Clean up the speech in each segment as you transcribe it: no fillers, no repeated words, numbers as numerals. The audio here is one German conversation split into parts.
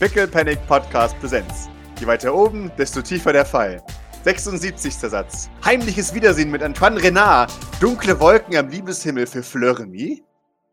Pickle Panic Podcast Präsenz. Je weiter oben, desto tiefer der Fall. 76. Satz. Heimliches Wiedersehen mit Antoine Renard. Dunkle Wolken am Liebeshimmel für Fleur Remy.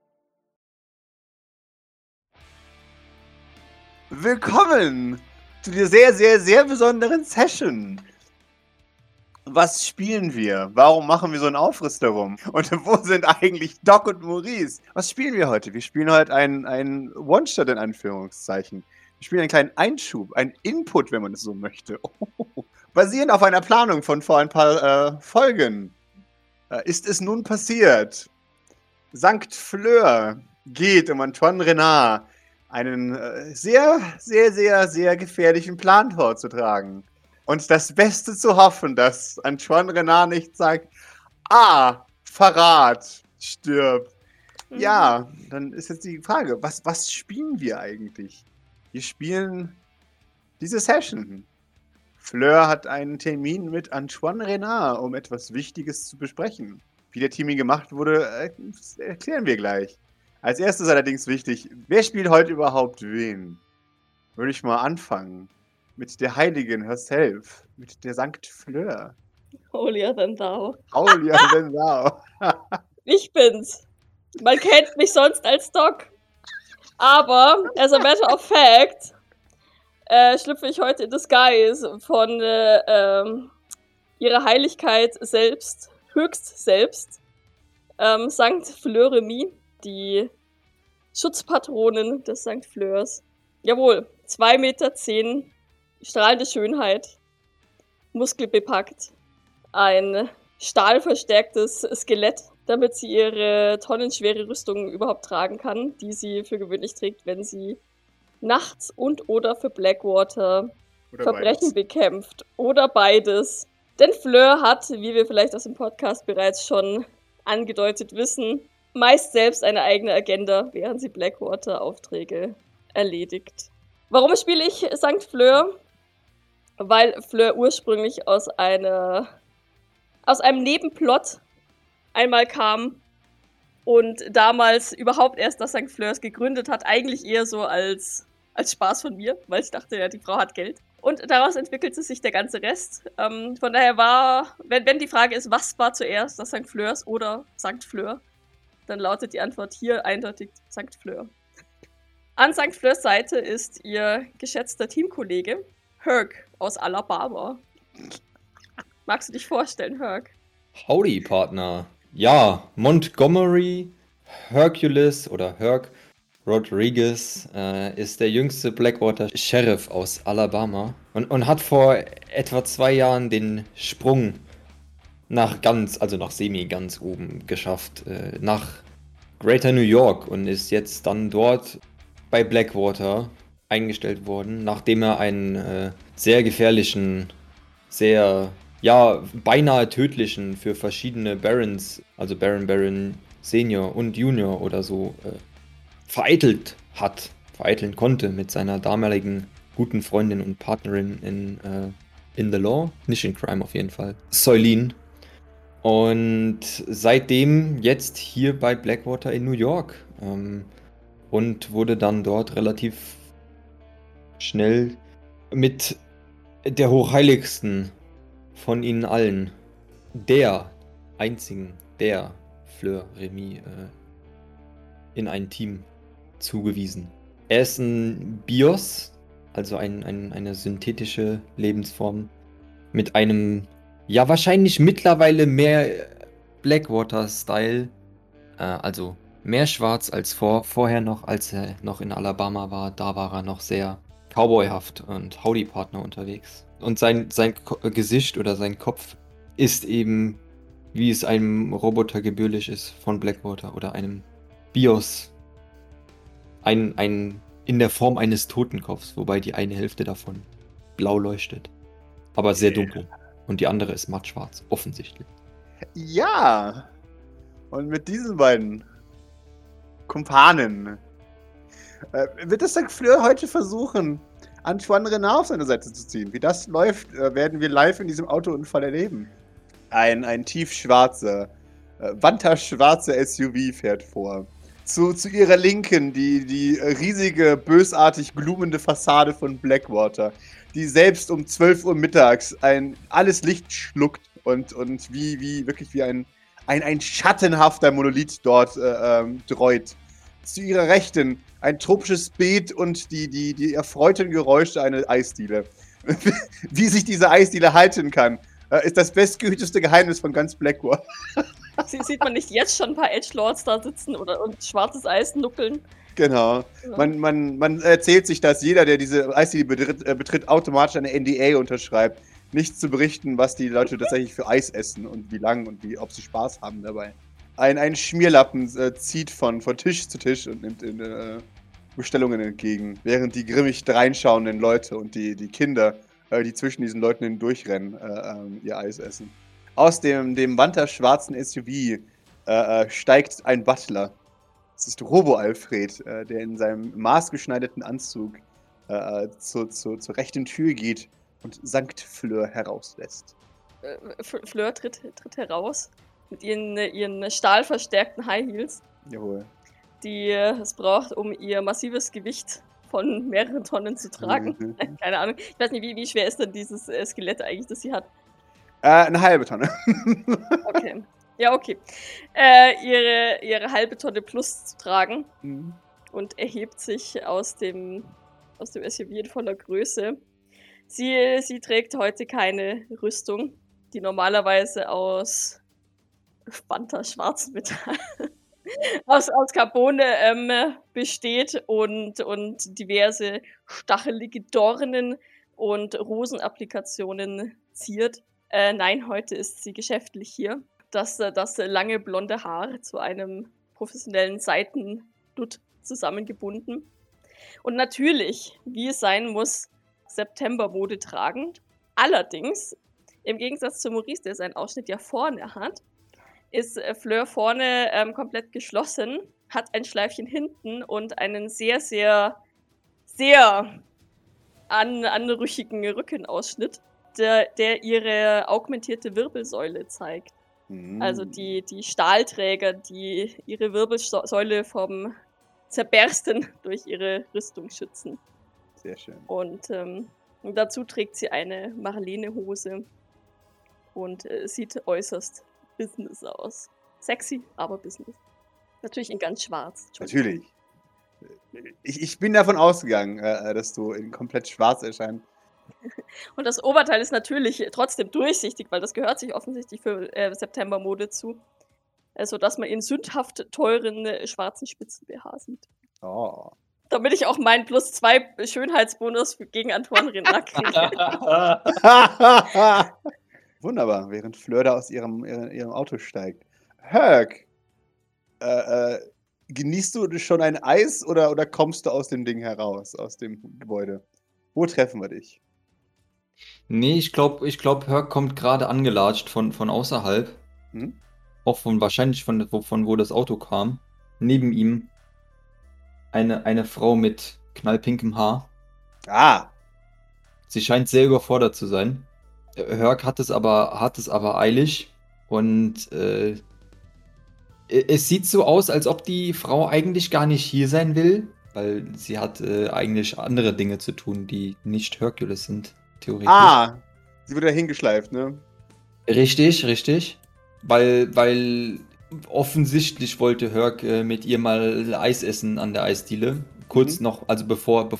Willkommen zu dieser sehr, sehr, sehr besonderen Session. Was spielen wir? Warum machen wir so einen Aufriss darum? Und wo sind eigentlich Doc und Maurice? Was spielen wir heute? Wir spielen heute einen One-Shot in Anführungszeichen. Wir spielen einen kleinen Einschub, einen Input, wenn man es so möchte. Basierend auf einer Planung von vor ein paar Folgen ist es nun passiert. Sankt Fleur geht um Antoine Renard einen sehr, sehr, sehr, sehr gefährlichen Plan vorzutragen. Und das Beste zu hoffen, dass Antoine Renard nicht sagt, Verrat, stirb. Ja, dann ist jetzt die Frage, was spielen wir eigentlich? Wir spielen diese Session. Fleur hat einen Termin mit Antoine Renard, um etwas Wichtiges zu besprechen. Wie der Termin gemacht wurde, erklären wir gleich. Als erstes allerdings wichtig, wer spielt heute überhaupt wen? Würde ich mal anfangen. Mit der Heiligen herself. Mit der Sankt Fleur. Holier than thou. Holier than thou. Ich bin's. Man kennt mich sonst als Doc. Aber, as a matter of fact, schlüpfe ich heute in Disguise von ihrer Heiligkeit selbst, höchst selbst, Sankt Fleur Remy, die Schutzpatronin des Sankt Fleurs. Jawohl, 2,10 Meter, strahlende Schönheit, muskelbepackt, ein stahlverstärktes Skelett, damit sie ihre tonnenschwere Rüstung überhaupt tragen kann, die sie für gewöhnlich trägt, wenn sie nachts oder für Blackwater oder Verbrechen bekämpft. Oder beides. Denn Fleur hat, wie wir vielleicht aus dem Podcast bereits schon angedeutet wissen, meist selbst eine eigene Agenda, während sie Blackwater-Aufträge erledigt. Warum spiele ich Sankt Fleur? Weil Fleur ursprünglich aus einem Nebenplot einmal kam und damals überhaupt erst das St. Fleurs gegründet hat, eigentlich eher so als Spaß von mir, weil ich dachte, ja, die Frau hat Geld. Und daraus entwickelte sich der ganze Rest. Von daher wenn die Frage ist, was war zuerst, das St. Fleurs oder St. Fleur, dann lautet die Antwort hier eindeutig St. Fleur. An St. Fleurs Seite ist ihr geschätzter Teamkollege, Herc aus Alabama. Magst du dich vorstellen, Herc? Howdy, Partner. Ja, Montgomery Hercules oder Herc Rodriguez ist der jüngste Blackwater-Sheriff aus Alabama und hat vor etwa 2 Jahren den Sprung nach semi ganz oben geschafft, nach Greater New York und ist jetzt dann dort bei Blackwater eingestellt worden, nachdem er einen sehr gefährlichen, beinahe tödlichen für verschiedene Barons, also Baron Senior und Junior oder so, vereiteln konnte mit seiner damaligen guten Freundin und Partnerin in the Law, nicht in Crime auf jeden Fall, Soilin. Und seitdem jetzt hier bei Blackwater in New York und wurde dann dort relativ schnell mit der Hochheiligsten von ihnen allen, der Fleur Remy, in ein Team zugewiesen. Er ist ein Bios, also eine synthetische Lebensform, mit einem, wahrscheinlich mittlerweile mehr Blackwater-Style, also mehr schwarz als vorher noch, als er noch in Alabama war. Da war er noch sehr cowboyhaft und Howdy-Partner unterwegs. Und sein Gesicht oder sein Kopf ist eben, wie es einem Roboter gebührlich ist, von Blackwater oder einem Bios. In der Form eines Totenkopfs, wobei die eine Hälfte davon blau leuchtet. Aber sehr dunkel. Und die andere ist mattschwarz, offensichtlich. Ja! Und mit diesen beiden Kumpanen wird das St. Fleur heute versuchen, Antoine Renard auf seine Seite zu ziehen. Wie das läuft, werden wir live in diesem Autounfall erleben. Ein tiefschwarzer, wanterschwarzer SUV fährt vor. Zu ihrer Linken die riesige, bösartig glumende Fassade von Blackwater, die selbst um 12 Uhr mittags alles Licht schluckt und wirklich wie ein schattenhafter Monolith dort dreut. Zu ihrer Rechten ein tropisches Beet und die erfreuten Geräusche einer Eisdiele. Wie sich diese Eisdiele halten kann, ist das bestgehüteste Geheimnis von ganz Blackwater. Sieht man nicht jetzt schon ein paar Edgelords da sitzen und schwarzes Eis nuckeln? Genau. Ja. Man erzählt sich, dass jeder, der diese Eisdiele betritt, automatisch eine NDA unterschreibt. Nichts zu berichten, was die Leute tatsächlich für Eis essen und wie lang und ob sie Spaß haben dabei. Ein Schmierlappen zieht von Tisch zu Tisch und nimmt Bestellungen entgegen, während die grimmig dreinschauenden Leute und die Kinder, die zwischen diesen Leuten hindurchrennen, ihr Eis essen. Aus dem wanterschwarzen SUV steigt ein Butler. Es ist Robo-Alfred, der in seinem maßgeschneiderten Anzug zur rechten Tür geht und Sankt Fleur herauslässt. Fleur tritt heraus mit ihren stahlverstärkten High Heels, Jawohl. die es braucht, um ihr massives Gewicht von mehreren Tonnen zu tragen. Keine Ahnung. Ich weiß nicht, wie schwer ist denn dieses Skelett eigentlich, das sie hat? Eine halbe Tonne. Okay. Ja, okay. Ihre halbe Tonne plus zu tragen und erhebt sich aus dem SUV in voller Größe. Sie trägt heute keine Rüstung, die normalerweise aus schwarzem Metall, aus Carbone besteht und diverse stachelige Dornen und Rosenapplikationen ziert. Nein, heute ist sie geschäftlich hier. Das lange blonde Haar zu einem professionellen Seitendutt zusammengebunden. Und natürlich, wie es sein muss, Septembermode tragend. Allerdings, im Gegensatz zu Maurice, der seinen Ausschnitt ja vorne hat, ist Fleur vorne komplett geschlossen, hat ein Schleifchen hinten und einen sehr, sehr, sehr anrüchigen Rückenausschnitt, der ihre augmentierte Wirbelsäule zeigt. Also die Stahlträger, die ihre Wirbelsäule vom Zerbersten durch ihre Rüstung schützen. Sehr schön. Und dazu trägt sie eine Marlene-Hose und sieht äußerst Business aus. Sexy, aber Business. Natürlich in ganz schwarz. Natürlich. Ich bin davon ausgegangen, dass du in komplett schwarz erscheinst. Und das Oberteil ist natürlich trotzdem durchsichtig, weil das gehört sich offensichtlich für Septembermode zu. Sodass man in sündhaft teuren schwarzen Spitzen-BH sieht. Oh. Damit ich auch meinen +2 Schönheitsbonus gegen Antoine Renard kriege. Wunderbar, während Fleur da aus ihrem Auto steigt. Herc, genießt du schon ein Eis oder kommst du aus dem Ding heraus, aus dem Gebäude? Wo treffen wir dich? Nee, ich glaub, Herc kommt gerade angelatscht von außerhalb. Auch wahrscheinlich von wo das Auto kam. Neben ihm eine Frau mit knallpinkem Haar. Ah! Sie scheint sehr überfordert zu sein. Herc hat es aber eilig und es sieht so aus, als ob die Frau eigentlich gar nicht hier sein will, weil sie hat eigentlich andere Dinge zu tun, die nicht Hercules sind, theoretisch. Ah! Sie wird da hingeschleift, ne? Richtig. Weil offensichtlich wollte Herc mit ihr mal Eis essen an der Eisdiele. Kurz noch, also bevor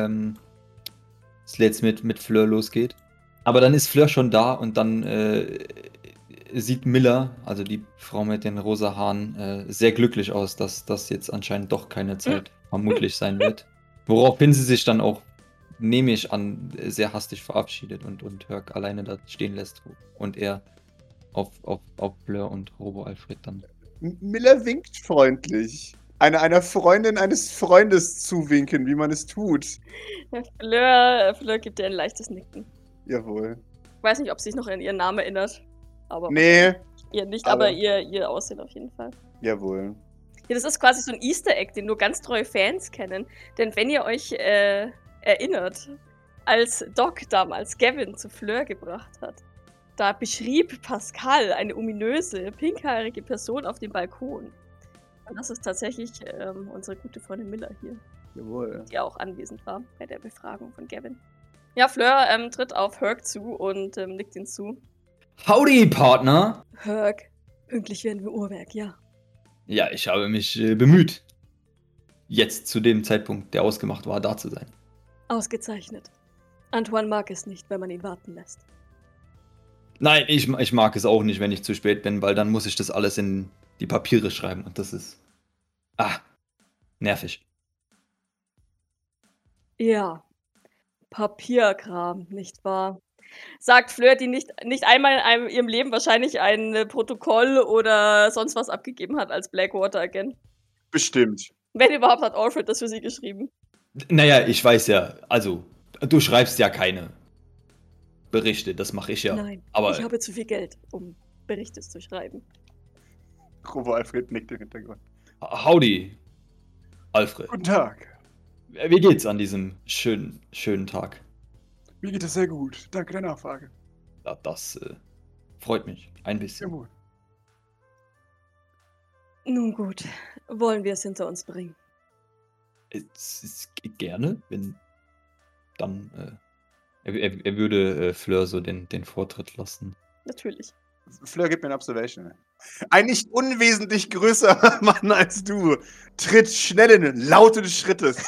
es jetzt mit Fleur losgeht. Aber dann ist Fleur schon da und dann sieht Miller, also die Frau mit den rosa Haaren, sehr glücklich aus, dass das jetzt anscheinend doch keine Zeit vermutlich sein wird. Woraufhin sie sich dann auch, nehme ich an, sehr hastig verabschiedet und Herc alleine da stehen lässt und er auf Fleur und Robo-Alfred dann. Miller winkt freundlich. Einer Freundin eines Freundes zuwinken, wie man es tut. Fleur gibt ihr ein leichtes Nicken. Jawohl. Ich weiß nicht, ob sie sich noch an ihren Namen erinnert. Aber nee. Ihr nicht, aber ihr Aussehen auf jeden Fall. Jawohl. Ja, das ist quasi so ein Easter Egg, den nur ganz treue Fans kennen. Denn wenn ihr euch erinnert, als Doc damals Gavin zu Fleur gebracht hat, da beschrieb Pascal eine ominöse, pinkhaarige Person auf dem Balkon. Und das ist tatsächlich unsere gute Freundin Miller hier, Jawohl. die auch anwesend war bei der Befragung von Gavin. Ja, Fleur tritt auf Herc zu und nickt ihn zu. Howdy, Partner! Herc, pünktlich werden wir Uhrwerk, ja. Ja, ich habe mich bemüht, jetzt zu dem Zeitpunkt, der ausgemacht war, da zu sein. Ausgezeichnet. Antoine mag es nicht, wenn man ihn warten lässt. Nein, ich mag es auch nicht, wenn ich zu spät bin, weil dann muss ich das alles in die Papiere schreiben und das ist... nervig. Ja, Papierkram, nicht wahr? Sagt Fleur, die nicht einmal in ihrem Leben wahrscheinlich ein Protokoll oder sonst was abgegeben hat als Blackwater-Agent. Bestimmt. Wenn überhaupt, hat Alfred das für sie geschrieben. Naja, ich weiß ja, also, du schreibst ja keine Berichte, das mache ich ja. Nein, aber ich habe zu viel Geld, um Berichte zu schreiben. Grobo Alfred nickt im Hintergrund. Howdy, Alfred. Guten Tag. Wie geht's an diesem schönen Tag? Mir geht es sehr gut. Danke der Nachfrage. Ja, das freut mich ein bisschen. Jawohl. Nun gut, wollen wir es hinter uns bringen? Gerne, wenn dann er würde Fleur so den Vortritt lassen. Natürlich. Fleur, gib mir eine Observation. Ein nicht unwesentlich größerer Mann als du tritt schnellen, lauten Schrittes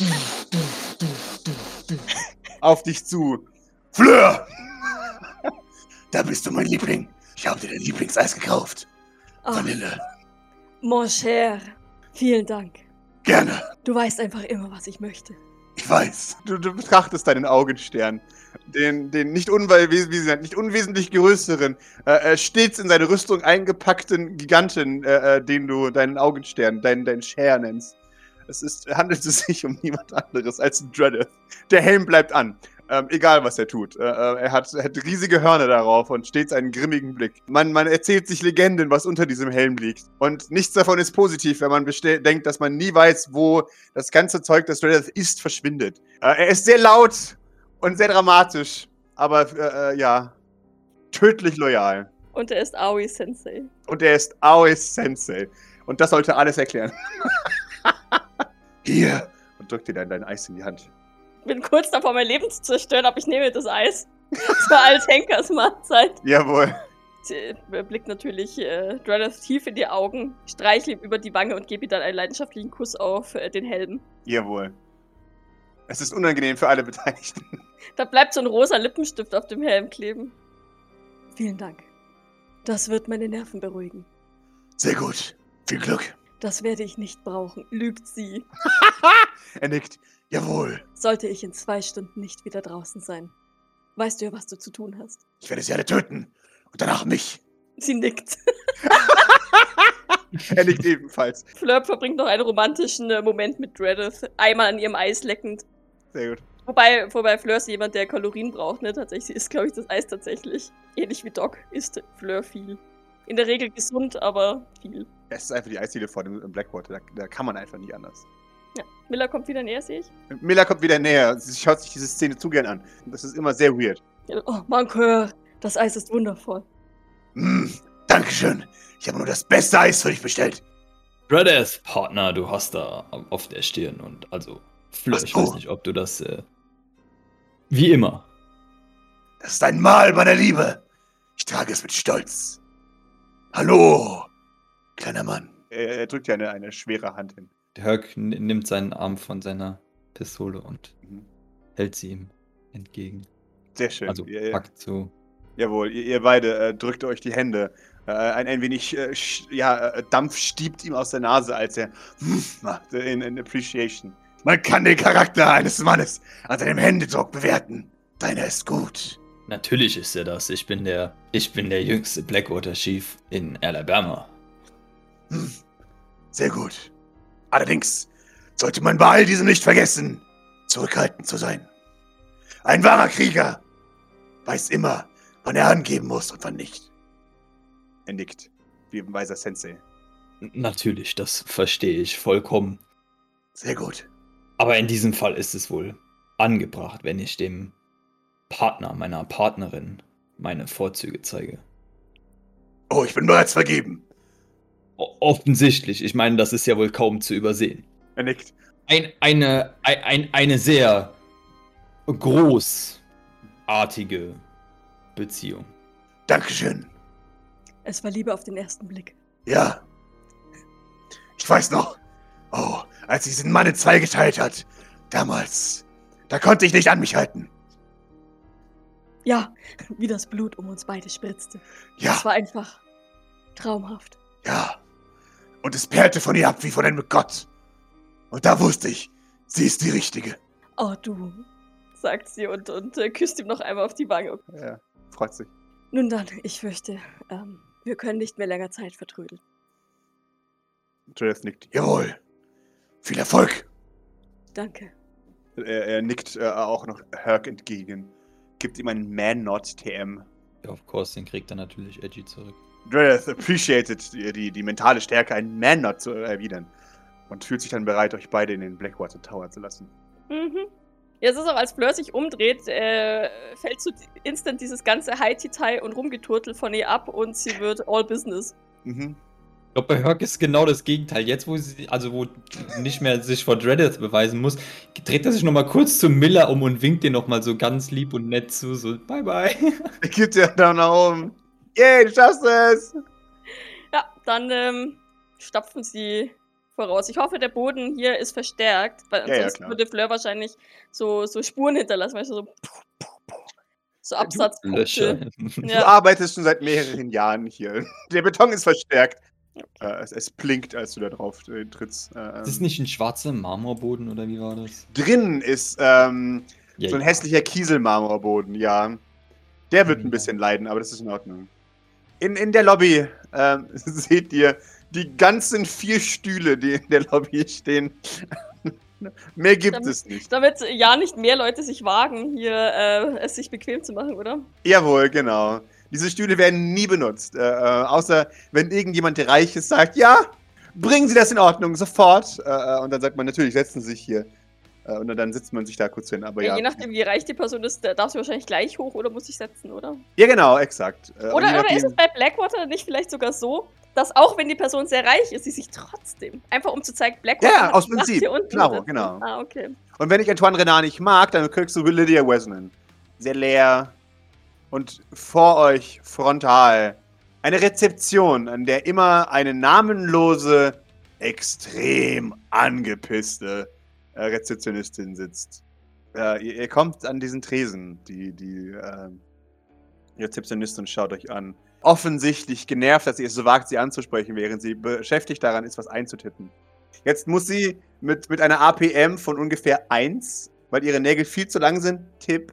auf dich zu. Fleur! Da bist du, mein Liebling. Ich habe dir dein Lieblingseis gekauft. Ah, Vanille. mon cher, vielen Dank. Gerne. Du weißt einfach immer, was ich möchte. Ich weiß. Du betrachtest deinen Augenstern. Den nicht unwesentlich größeren, stets in seine Rüstung eingepackten Giganten, den du deinen Augenstern, deinen Share nennst. Handelt es sich um niemand anderes als Dreadeth. Der Helm bleibt an. Egal, was er tut. Er hat riesige Hörner darauf und stets einen grimmigen Blick. Man erzählt sich Legenden, was unter diesem Helm liegt. Und nichts davon ist positiv, wenn man denkt, dass man nie weiß, wo das ganze Zeug, das Dreadeth ist, verschwindet. Er ist sehr laut und sehr dramatisch, aber ja, tödlich loyal. Und er ist Aoi Sensei. Und er ist Aoi Sensei. Und das sollte alles erklären. Hier! Und drückt dir dann dein Eis in die Hand. Bin kurz davor, mein Leben zu zerstören, aber ich nehme das Eis. Das war als Henkers Mahlzeit. Jawohl. Sie blickt natürlich Dreadeth tief in die Augen, streichle ihm über die Wange und gebe ihm dann einen leidenschaftlichen Kuss auf den Helm. Jawohl. Es ist unangenehm für alle Beteiligten. Da bleibt so ein rosa Lippenstift auf dem Helm kleben. Vielen Dank. Das wird meine Nerven beruhigen. Sehr gut. Viel Glück. Das werde ich nicht brauchen, lügt sie. Er nickt. Jawohl. Sollte ich in 2 Stunden nicht wieder draußen sein. Weißt du ja, was du zu tun hast. Ich werde sie alle töten. Und danach mich. Sie nickt. Er nickt ebenfalls. Fleur verbringt noch einen romantischen Moment mit Dreadeth, einmal an ihrem Eis leckend. Sehr gut. Wobei Fleur ist jemand, der Kalorien braucht, ne? Tatsächlich, sie isst, glaube ich, das Eis tatsächlich. Ähnlich wie Doc isst Fleur viel. In der Regel gesund, aber viel. Es ist einfach die Eisdiele vor dem Blackwater. Da kann man einfach nicht anders. Ja. Miller kommt wieder näher, sehe ich. Miller kommt wieder näher. Sie schaut sich diese Szene zu gern an. Das ist immer sehr weird. Oh, mon cœur, das Eis ist wundervoll. Dankeschön. Ich habe nur das beste Eis für dich bestellt. Dreadeth, Partner, du hast da auf der Stirn und also Fleur, ich weiß nicht, ob du das wie immer. Das ist ein Mal meiner Liebe. Ich trage es mit Stolz. Hallo, kleiner Mann. Er drückt dir eine schwere Hand hin. Herc nimmt seinen Arm von seiner Pistole und hält sie ihm entgegen. Sehr schön. Also packt so. Jawohl, ihr beide drückt euch die Hände. Ein wenig Dampf stiebt ihm aus der Nase, als er macht in Appreciation. Man kann den Charakter eines Mannes an seinem Händedruck bewerten. Deiner ist gut. Natürlich ist er das. Ich bin der jüngste Blackwater Chief in Alabama. Sehr gut. Allerdings sollte man bei all diesem nicht vergessen, zurückhaltend zu sein. Ein wahrer Krieger weiß immer, wann er angeben muss und wann nicht. Er nickt, wie ein weiser Sensei. Natürlich, das verstehe ich vollkommen. Sehr gut. Aber in diesem Fall ist es wohl angebracht, wenn ich dem Partner meiner Partnerin meine Vorzüge zeige. Oh, ich bin bereits vergeben. Offensichtlich. Ich meine, das ist ja wohl kaum zu übersehen. Er nickt. Eine sehr großartige Beziehung. Dankeschön. Es war Liebe auf den ersten Blick. Ja. Ich weiß noch. Oh, als sie diesen Mann in zwei geteilt hat. Damals. Da konnte ich nicht an mich halten. Ja, wie das Blut um uns beide spritzte. Ja. Es war einfach traumhaft. Ja. Und es perlte von ihr ab wie von einem Gott. Und da wusste ich, sie ist die Richtige. Oh, du, sagt sie und küsst ihm noch einmal auf die Wange. Ja, freut sich. Nun dann, ich fürchte, wir können nicht mehr länger Zeit vertrödeln. Julius nickt. Jawohl. Viel Erfolg. Danke. Er nickt auch noch Herc entgegen. Gibt ihm einen Man-Nod TM. Ja, of course, den kriegt er natürlich Edgy zurück. Julius appreciated die mentale Stärke, einen Man-Nod zu erwidern. Und fühlt sich dann bereit, euch beide in den Blackwater Tower zu lassen. Mhm. Ja, es ist auch, als Fleur sich umdreht, fällt so instant dieses ganze High-Titai und Rumgeturtel von ihr ab und sie wird all business. Mhm. Ich glaube, bei Herc ist genau das Gegenteil. Jetzt, wo nicht mehr sich vor Dreadeth beweisen muss, dreht er sich nochmal kurz zu Miller um und winkt dir nochmal so ganz lieb und nett zu, so bye bye. Er gibt dir da nach oben. Yay, du schaffst es! Ja, dann stapfen sie voraus. Ich hoffe, der Boden hier ist verstärkt, weil Ja, ansonsten klar. würde Fleur wahrscheinlich so Spuren hinterlassen, weißt du, so Absatzpunkte. Du Ja. arbeitest schon seit mehreren Jahren hier. Der Beton ist verstärkt. Es blinkt, als du da drauf trittst. Ist das nicht ein schwarzer Marmorboden oder wie war das? Drinnen ist so ein hässlicher Kieselmarmorboden, ja. Der wird ein bisschen leiden, aber das ist in Ordnung. In der Lobby seht ihr die ganzen 4 Stühle, die in der Lobby stehen. Mehr gibt es nicht. Damit ja nicht mehr Leute sich wagen, hier es sich bequem zu machen, oder? Jawohl, genau. Diese Stühle werden nie benutzt. Außer wenn irgendjemand Reiches sagt, ja, bringen Sie das in Ordnung, sofort. Und dann sagt man, natürlich, setzen Sie sich hier. Und dann sitzt man sich da kurz hin. Aber ja. Je nachdem, wie reich die Person ist, darf sie wahrscheinlich gleich hoch oder muss sich setzen, oder? Ja, genau, exakt. Oder ist es bei Blackwater nicht vielleicht sogar so, dass auch wenn die Person sehr reich ist, sie sich trotzdem, einfach um zu zeigen, Blackwater Ja, hat aus die Macht Prinzip. hier unten Klaro, sitzen. genau. Ah, okay. Und wenn ich Antoine Renard nicht mag, dann kriegst du Lydia Wesnan. Sehr leer. Und vor euch, frontal, eine Rezeption, an der immer eine namenlose, extrem angepisste Rezeptionistin sitzt. Ihr kommt an diesen Tresen. Die Rezeptionistin schaut euch an. Offensichtlich genervt, dass ihr es so wagt, sie anzusprechen, während sie beschäftigt daran ist, was einzutippen. Jetzt muss sie mit einer APM von ungefähr 1, weil ihre Nägel viel zu lang sind, Tipp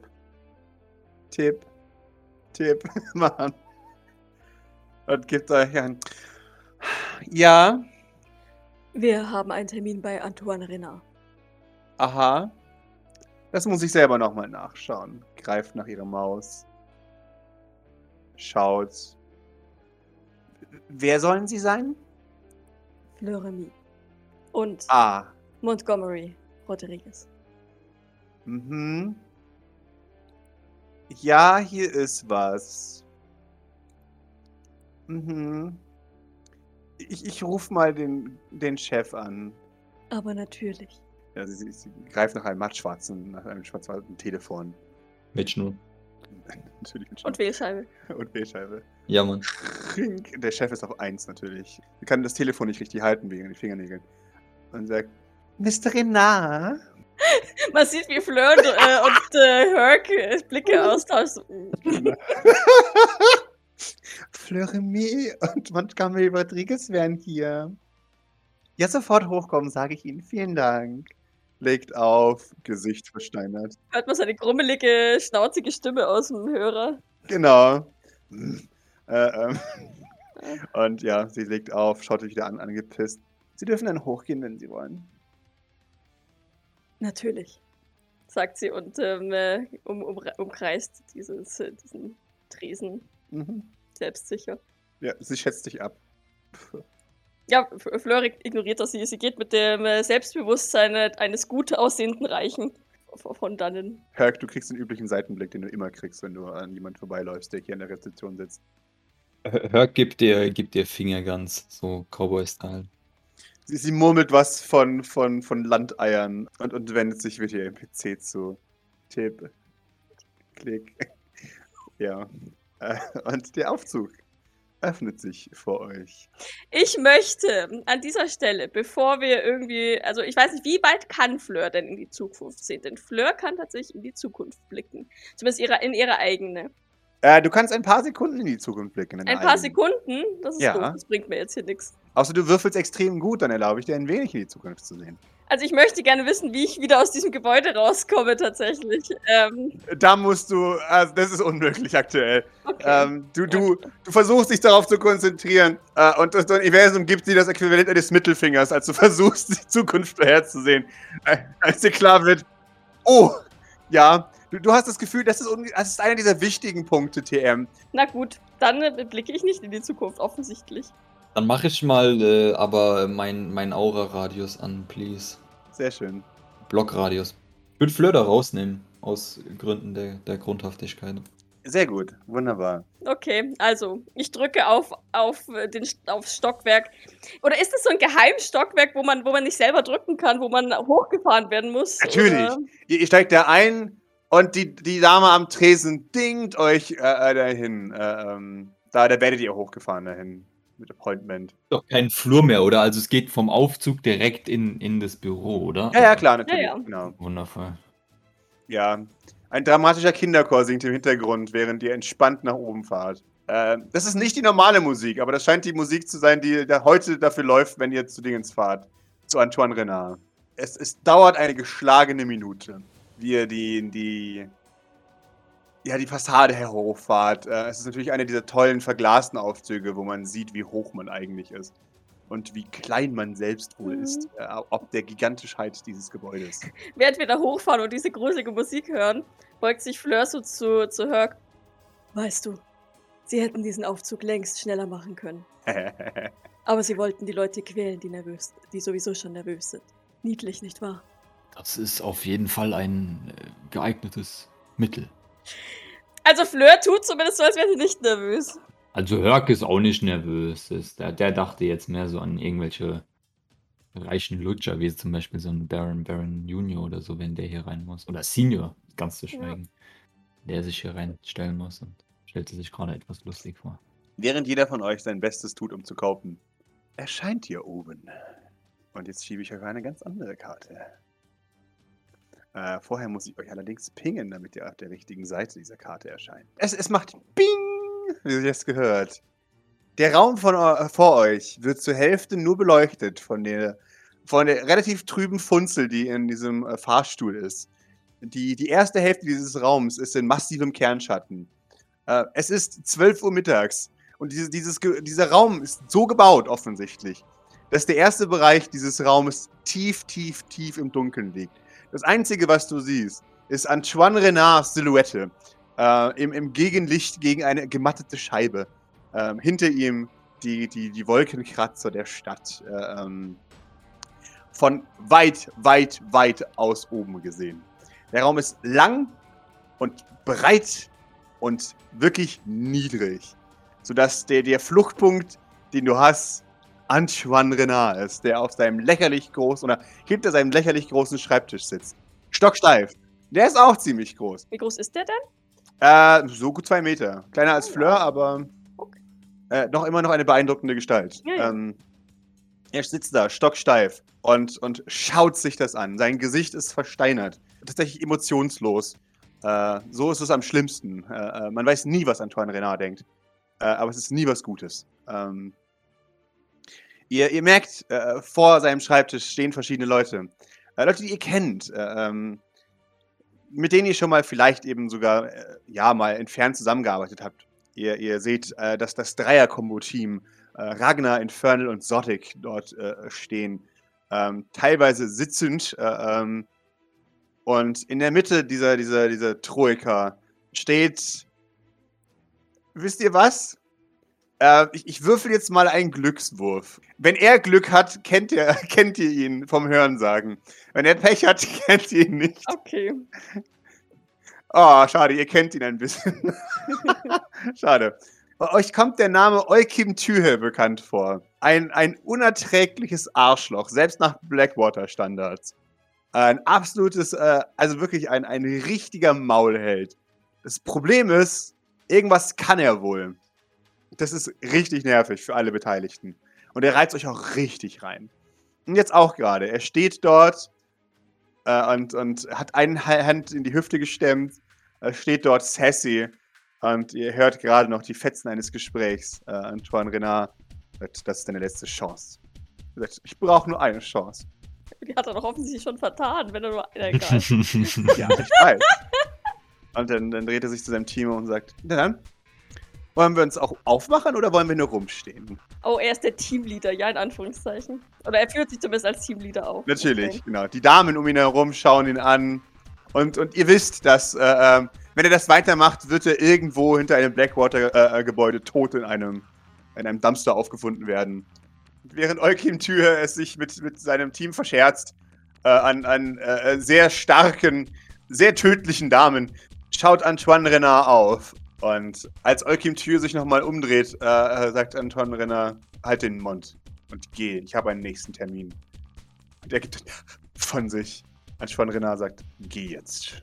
machen. Und gibt euch ein. Ja. Wir haben einen Termin bei Antoine Renard. Aha. Das muss ich selber nochmal nachschauen. Greift nach ihrer Maus. Schaut. Wer sollen sie sein? Fleur-Remy. Und Montgomery Rodriguez. Mhm. Ja, hier ist was. Mhm. Ich rufe mal den Chef an. Aber natürlich. Ja, sie greift nach einem mattschwarzen Telefon. Mit Schnur. Natürlich mit Schnur. Und Wählscheibe. Und Wählscheibe. Ja, Mann. Der Chef ist auf 1 natürlich. Er kann das Telefon nicht richtig halten wegen den Fingernägeln. Und sagt, Mr. Renard? Man sieht, wie Fleur und Herc Blicke austauschen. Fleur-Remy und Montgomery Rodriguez wären hier. Ja, sofort hochkommen, sage ich Ihnen. Vielen Dank. Legt auf, Gesicht versteinert. Hört man seine grummelige, schnauzige Stimme aus dem Hörer. Genau. Und ja, sie legt auf, schaut euch wieder an, angepisst. Sie dürfen dann hochgehen, wenn Sie wollen. Natürlich, sagt sie und umkreist diesen Tresen selbstsicher. Ja, sie schätzt dich ab. Ja, Fleur ignoriert das. Sie geht mit dem Selbstbewusstsein eines gut aussehenden Reichen von dannen. Herc, du kriegst den üblichen Seitenblick, den du immer kriegst, wenn du an jemand vorbeiläufst, der hier in der Rezeption sitzt. Hörg gibt dir Fingerguns, so Cowboy-Style. Sie murmelt was von Landeiern und wendet sich mit ihrem PC zu. Tipp, Klick. Ja. Und der Aufzug öffnet sich vor euch. Ich möchte an dieser Stelle, bevor wir irgendwie, also ich weiß nicht, wie weit kann Fleur denn in die Zukunft sehen? Denn Fleur kann tatsächlich in die Zukunft blicken. Zumindest in ihre eigene. Du kannst ein paar Sekunden in die Zukunft blicken. Ein paar Sekunden? Das ist Ja. doof, das bringt mir jetzt hier nichts. Außer du würfelst extrem gut, dann erlaube ich dir ein wenig in die Zukunft zu sehen. Also ich möchte gerne wissen, wie ich wieder aus diesem Gebäude rauskomme tatsächlich. Da musst du, also das ist unmöglich aktuell. Okay. Du versuchst dich darauf zu konzentrieren und das Universum gibt dir das Äquivalent eines Mittelfingers, als du versuchst, die Zukunft vorherzusehen. Als dir klar wird, oh, ja, du hast das Gefühl, das ist einer dieser wichtigen Punkte, TM. Na gut, dann blicke ich nicht in die Zukunft, offensichtlich. Dann mache ich mal aber mein Aura-Radius an, please. Sehr schön. Blockradius. Ich würde Fleur da rausnehmen, aus Gründen der Grundhaftigkeit. Sehr gut, wunderbar. Okay, also ich drücke aufs Stockwerk. Oder ist das so ein Geheimstockwerk, wo man nicht selber drücken kann, wo man hochgefahren werden muss? Natürlich. Oder? Ihr steigt da ein und die Dame am Tresen dingt euch dahin. Da werdet ihr hochgefahren dahin. Mit Appointment. Doch kein Flur mehr, oder? Also es geht vom Aufzug direkt in das Büro, oder? Ja, klar, natürlich. Ja. Genau. Wundervoll. Ja. Ein dramatischer Kinderchor singt im Hintergrund, während ihr entspannt nach oben fahrt. Das ist nicht die normale Musik, aber das scheint die Musik zu sein, die heute dafür läuft, wenn ihr zu Dingens fahrt. Zu Antoine Renard. Es dauert eine geschlagene Minute, wie ihr die Fassade herhochfahrt. Es ist natürlich einer dieser tollen verglasten Aufzüge, wo man sieht, wie hoch man eigentlich ist. Und wie klein man selbst wohl ist, ob der Gigantischheit dieses Gebäudes. Während wir da hochfahren und diese gruselige Musik hören, beugt sich Fleur so zu Herc. Weißt du, sie hätten diesen Aufzug längst schneller machen können. Aber sie wollten die Leute quälen, die sowieso schon nervös sind. Niedlich, nicht wahr? Das ist auf jeden Fall ein geeignetes Mittel. Also Fleur tut zumindest so, als wäre sie nicht nervös. Also Hörg ist auch nicht nervös. Der dachte jetzt mehr so an irgendwelche reichen Lutscher, wie zum Beispiel so ein Baron Junior oder so, wenn der hier rein muss. Oder Senior, ganz zu schweigen. Der sich hier reinstellen muss und stellte sich gerade etwas lustig vor. Während jeder von euch sein Bestes tut, um zu kaufen, erscheint hier oben. Und jetzt schiebe ich euch eine ganz andere Karte. Vorher muss ich euch allerdings pingen, damit ihr auf der richtigen Seite dieser Karte erscheint. Es macht Bing, wie ihr es gehört. Der Raum vor euch wird zur Hälfte nur beleuchtet von der relativ trüben Funzel, die in diesem Fahrstuhl ist. Die erste Hälfte dieses Raums ist in massivem Kernschatten. Es ist 12 Uhr mittags und dieser Raum ist so gebaut, offensichtlich, dass der erste Bereich dieses Raumes tief im Dunkeln liegt. Das Einzige, was du siehst, ist Antoine Renards Silhouette im Gegenlicht gegen eine gemattete Scheibe. Hinter ihm die Wolkenkratzer der Stadt. Von weit aus oben gesehen. Der Raum ist lang und breit und wirklich niedrig. Sodass der Fluchtpunkt, den du hast, Antoine Renard ist, der auf seinem lächerlich großen oder hinter seinem lächerlich großen Schreibtisch sitzt. Stocksteif. Der ist auch ziemlich groß. Wie groß ist der denn? So gut 2 Meter. Kleiner als Fleur, aber immer noch eine beeindruckende Gestalt. Ja. Er sitzt da, stocksteif und schaut sich das an. Sein Gesicht ist versteinert. Tatsächlich emotionslos. So ist es am schlimmsten. Man weiß nie, was Antoine Renard denkt. Aber es ist nie was Gutes. Ihr merkt, vor seinem Schreibtisch stehen verschiedene Leute. Leute, die ihr kennt. Mit denen ihr schon mal vielleicht eben sogar mal entfernt zusammengearbeitet habt. Ihr seht, dass das Dreier-Kombo-Team Ragnar, Infernal und Zotic dort stehen. Teilweise sitzend. Und in der Mitte dieser Troika steht... Wisst ihr was? Ich würfel jetzt mal einen Glückswurf. Wenn er Glück hat, kennt ihr ihn vom Hörensagen. Wenn er Pech hat, kennt ihr ihn nicht. Okay. Oh, schade, ihr kennt ihn ein bisschen. Schade. Euch kommt der Name Eukim Tühe bekannt vor. Ein unerträgliches Arschloch, selbst nach Blackwater-Standards. Ein absolutes, also wirklich ein richtiger Maulheld. Das Problem ist, irgendwas kann er wohl. Das ist richtig nervig für alle Beteiligten. Und er reizt euch auch richtig rein. Und jetzt auch gerade. Er steht dort und hat eine Hand in die Hüfte gestemmt. Steht dort sassy. Und ihr hört gerade noch die Fetzen eines Gesprächs. Antoine Renard sagt, das ist deine letzte Chance. Er sagt, ich brauche nur eine Chance. Die hat er doch offensichtlich schon vertan, wenn er nur einer egal. Ja, ich weiß. Und dann dreht er sich zu seinem Team und sagt, na dann, wollen wir uns auch aufmachen oder wollen wir nur rumstehen? Oh, er ist der Teamleader, ja, in Anführungszeichen. Oder er führt sich zumindest als Teamleader auf. Natürlich, Okay. genau. Die Damen um ihn herum schauen ihn an. Und ihr wisst, dass, wenn er das weitermacht, wird er irgendwo hinter einem Blackwater-Gebäude tot in einem Dumpster aufgefunden werden. Während Eukim Tühe es sich mit seinem Team verscherzt, an sehr starken, sehr tödlichen Damen, schaut Antoine Renard auf. Und als Eukim Tühe sich nochmal umdreht, sagt Antoine Renard, halt den Mund und geh, ich habe einen nächsten Termin. Und er gibt von sich. Antoine Renard sagt, geh jetzt.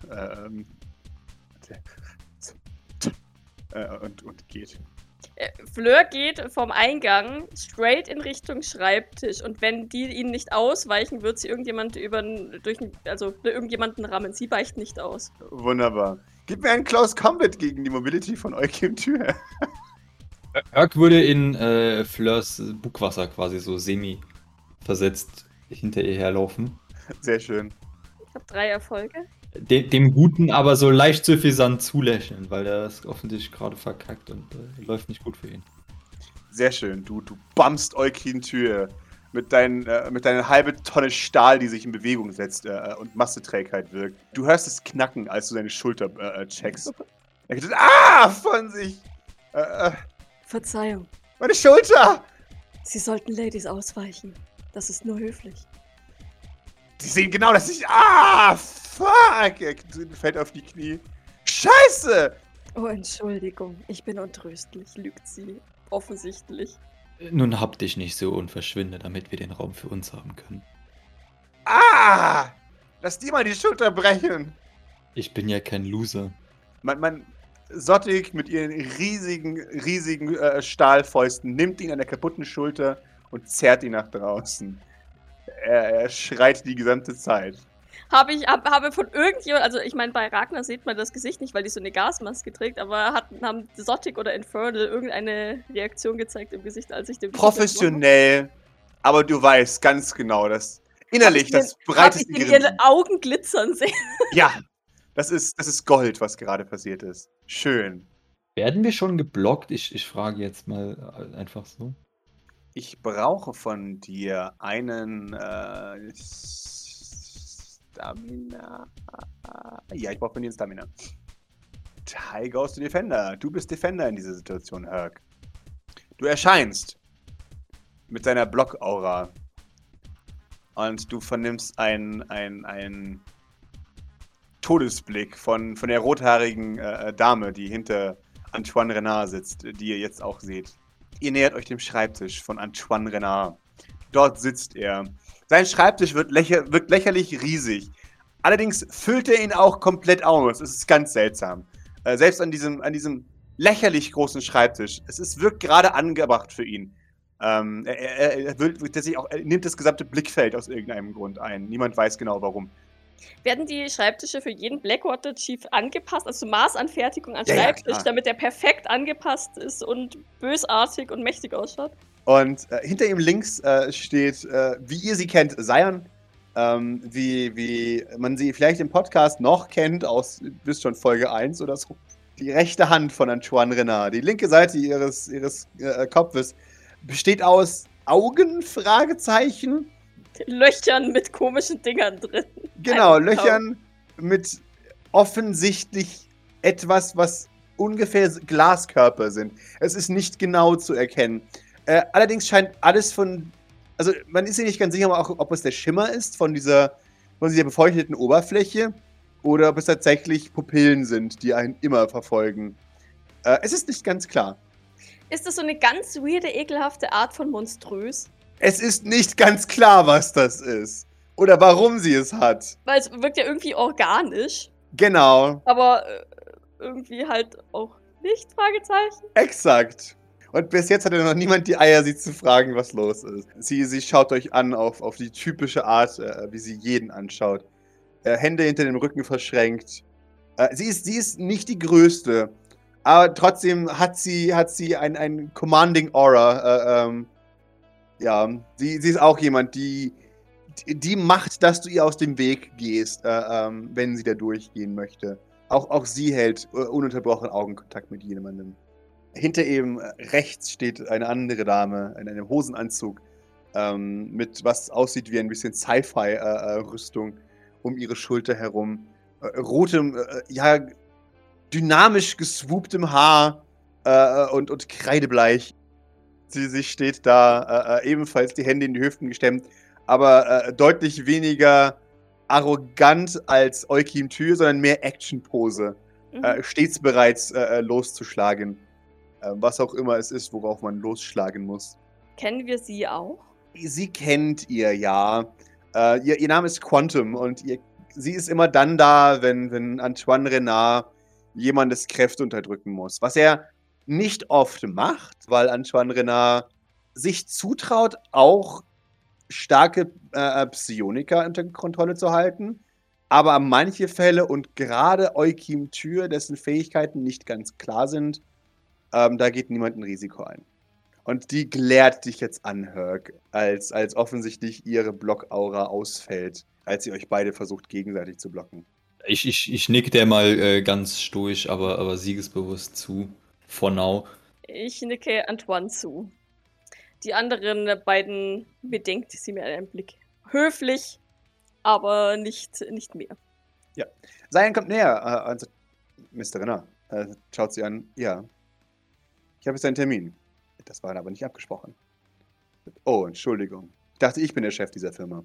Und geht. Fleur geht vom Eingang straight in Richtung Schreibtisch und wenn die ihnen nicht ausweichen, wird sie irgendjemanden rammen. Sie weicht nicht aus. Wunderbar. Gib mir einen Close Combat gegen die Mobility von Eukim Tühe. Erk würde in Fleurs Bugwasser quasi so semi-versetzt hinter ihr herlaufen. Sehr schön. Ich habe 3 Erfolge. Dem Guten aber so leicht suffisant zulächeln, weil er ist offensichtlich gerade verkackt und läuft nicht gut für ihn. Sehr schön. Du bummst Eukim Tühe mit deiner halben Tonne Stahl, die sich in Bewegung setzt und Masseträgheit wirkt. Du hörst es knacken, als du deine Schulter checkst. Er geht von sich. Verzeihung. Meine Schulter! Sie sollten Ladies ausweichen. Das ist nur höflich. Die sehen genau, dass ich... Fuck! Er fällt auf die Knie. Scheiße! Oh, Entschuldigung. Ich bin untröstlich, lügt sie. Offensichtlich. Nun hab dich nicht so und verschwinde, damit wir den Raum für uns haben können. Lass die mal die Schulter brechen! Ich bin ja kein Loser. Man Sottig mit ihren riesigen Stahlfäusten nimmt ihn an der kaputten Schulter und zerrt ihn nach draußen. Er schreit die gesamte Zeit. Habe von irgendjemand, also ich meine, bei Ragnar sieht man das Gesicht nicht, weil die so eine Gasmaske trägt, aber haben Sottig oder Infernal irgendeine Reaktion gezeigt im Gesicht, als ich dem... Professionell, aber du weißt ganz genau, dass innerlich das breiteste Grinsen. Hab ich in ihren Augen glitzern sehen. Ja, das ist Gold, was gerade passiert ist. Schön. Werden wir schon geblockt? Ich frage jetzt mal einfach so. Ich brauche von dir einen Stamina. Ja, ich brauche von dir einen Stamina. High goes to Defender. Du bist Defender in dieser Situation, Herc. Du erscheinst mit deiner Blockaura und du vernimmst einen Todesblick von der rothaarigen Dame, die hinter Antoine Renard sitzt, die ihr jetzt auch seht. Ihr nähert euch dem Schreibtisch von Antoine Renard. Dort sitzt er. Sein Schreibtisch wirkt lächerlich riesig. Allerdings füllt er ihn auch komplett aus. Es ist ganz seltsam. Selbst an diesem lächerlich großen Schreibtisch. Wirkt gerade angebracht für ihn. Er nimmt das gesamte Blickfeld aus irgendeinem Grund ein. Niemand weiß genau warum. Werden die Schreibtische für jeden Blackwater Chief angepasst, also Maßanfertigung an Ja, Schreibtisch, klar. damit er perfekt angepasst ist und bösartig und mächtig ausschaut? Und hinter ihm links steht, wie ihr sie kennt, Zion. Wie man sie vielleicht im Podcast noch kennt, bis schon Folge 1 oder so. Die rechte Hand von Antoine Renard. Die linke Seite ihres Kopfes besteht aus Augen, Fragezeichen. Löchern mit komischen Dingern drin. Genau, Einfach Löchern mit offensichtlich etwas, was ungefähr Glaskörper sind. Es ist nicht genau zu erkennen. Allerdings scheint alles also man ist sich nicht ganz sicher, ob es der Schimmer ist von dieser befeuchteten Oberfläche oder ob es tatsächlich Pupillen sind, die einen immer verfolgen. Es ist nicht ganz klar. Ist das so eine ganz weirde, ekelhafte Art von monströs? Es ist nicht ganz klar, was das ist. Oder warum sie es hat. Weil es wirkt ja irgendwie organisch, Genau, aber irgendwie halt auch nicht, Fragezeichen. exakt. Und bis jetzt hatte noch niemand die Eier, sie zu fragen, was los ist. Sie schaut euch an auf die typische Art, wie sie jeden anschaut. Hände hinter dem Rücken verschränkt. Sie ist nicht die Größte, aber trotzdem hat sie ein Commanding Aura. Ja, sie ist auch jemand, die macht, dass du ihr aus dem Weg gehst, wenn sie da durchgehen möchte. Auch sie hält ununterbrochen Augenkontakt mit jemandem. Hinter ihm rechts steht eine andere Dame in einem Hosenanzug mit was aussieht wie ein bisschen Sci-Fi-Rüstung um ihre Schulter herum. Rotem, ja, dynamisch geswooptem Haar und kreidebleich. Sie steht da, ebenfalls die Hände in die Hüften gestemmt, aber deutlich weniger arrogant als Eukim Tür, sondern mehr Action-Pose. Stets bereit loszuschlagen. Was auch immer es ist, worauf man losschlagen muss. Kennen wir sie auch? Sie kennt ihr, ja. Ihr Name ist Quantum und sie ist immer dann da, wenn Antoine Renard jemandes Kräfte unterdrücken muss. Was er nicht oft macht, weil Antoine Renard sich zutraut, auch starke Psioniker unter Kontrolle zu halten. Aber manche Fälle und gerade Eukim Tür, dessen Fähigkeiten nicht ganz klar sind, da geht niemand ein Risiko ein. Und die glärt dich jetzt an, Herc, als offensichtlich ihre Blockaura ausfällt, als ihr euch beide versucht, gegenseitig zu blocken. Ich nick der mal ganz stoisch, aber siegesbewusst zu. For now. Ich nicke Antoine zu. Die anderen beiden bedenkt sie mir einen Blick. Höflich, aber nicht mehr. Ja. Zion kommt näher. Mr. Renner schaut sie an. Ja. Ich habe jetzt einen Termin. Das war aber nicht abgesprochen. Oh, Entschuldigung. Ich dachte, ich bin der Chef dieser Firma.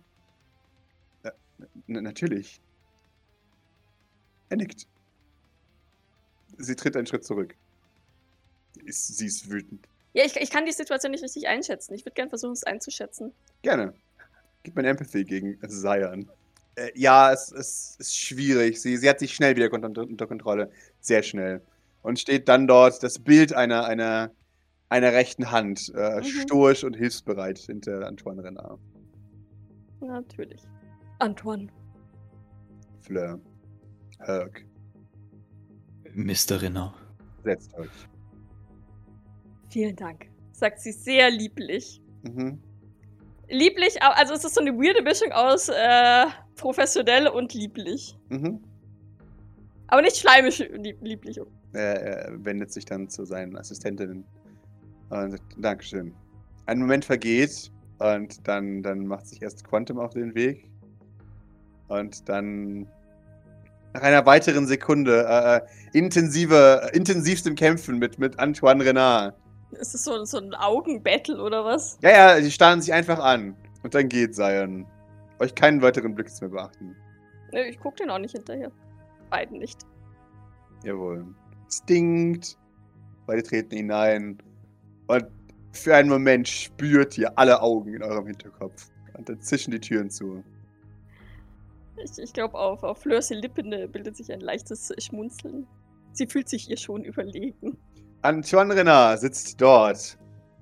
Natürlich. Er nickt. Sie tritt einen Schritt zurück. Sie ist wütend. Ja, ich kann die Situation nicht richtig einschätzen. Ich würde gerne versuchen, es einzuschätzen. Gerne. Gib mir Empathy gegen Zion. Ja, es ist schwierig. Sie hat sich schnell wieder unter Kontrolle. Sehr schnell. Und steht dann dort das Bild einer rechten Hand, stoisch und hilfsbereit hinter Antoine Renard. Natürlich. Antoine. Fleur. Herc. Mr. Renner. Setzt euch. Vielen Dank, sagt sie sehr lieblich. Mhm. Lieblich, also es ist so eine weirde Mischung aus professionell und lieblich. Mhm. Aber nicht schleimisch lieblich. Er wendet sich dann zu seinen Assistentinnen und sagt, Dankeschön. Ein Moment vergeht und dann macht sich erst Quantum auf den Weg und dann nach einer weiteren Sekunde intensivstem Kämpfen mit Antoine Renard. Ist das so ein Augenbattle oder was? Ja, sie starren sich einfach an und dann geht Zion. Euch keinen weiteren Blick mehr beachten. Nö, ich guck den auch nicht hinterher. Beiden nicht. Jawohl. Es dingt. Beide treten hinein. Und für einen Moment spürt ihr alle Augen in eurem Hinterkopf. Und dann zischen die Türen zu. Ich glaube, auf Fleurs Lippen bildet sich ein leichtes Schmunzeln. Sie fühlt sich ihr schon überlegen. Antoine Renard sitzt dort.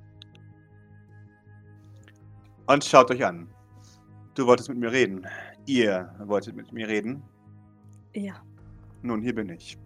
Und schaut euch an. Du wolltest mit mir reden. Ihr wolltet mit mir reden. Ja. Nun, hier bin ich.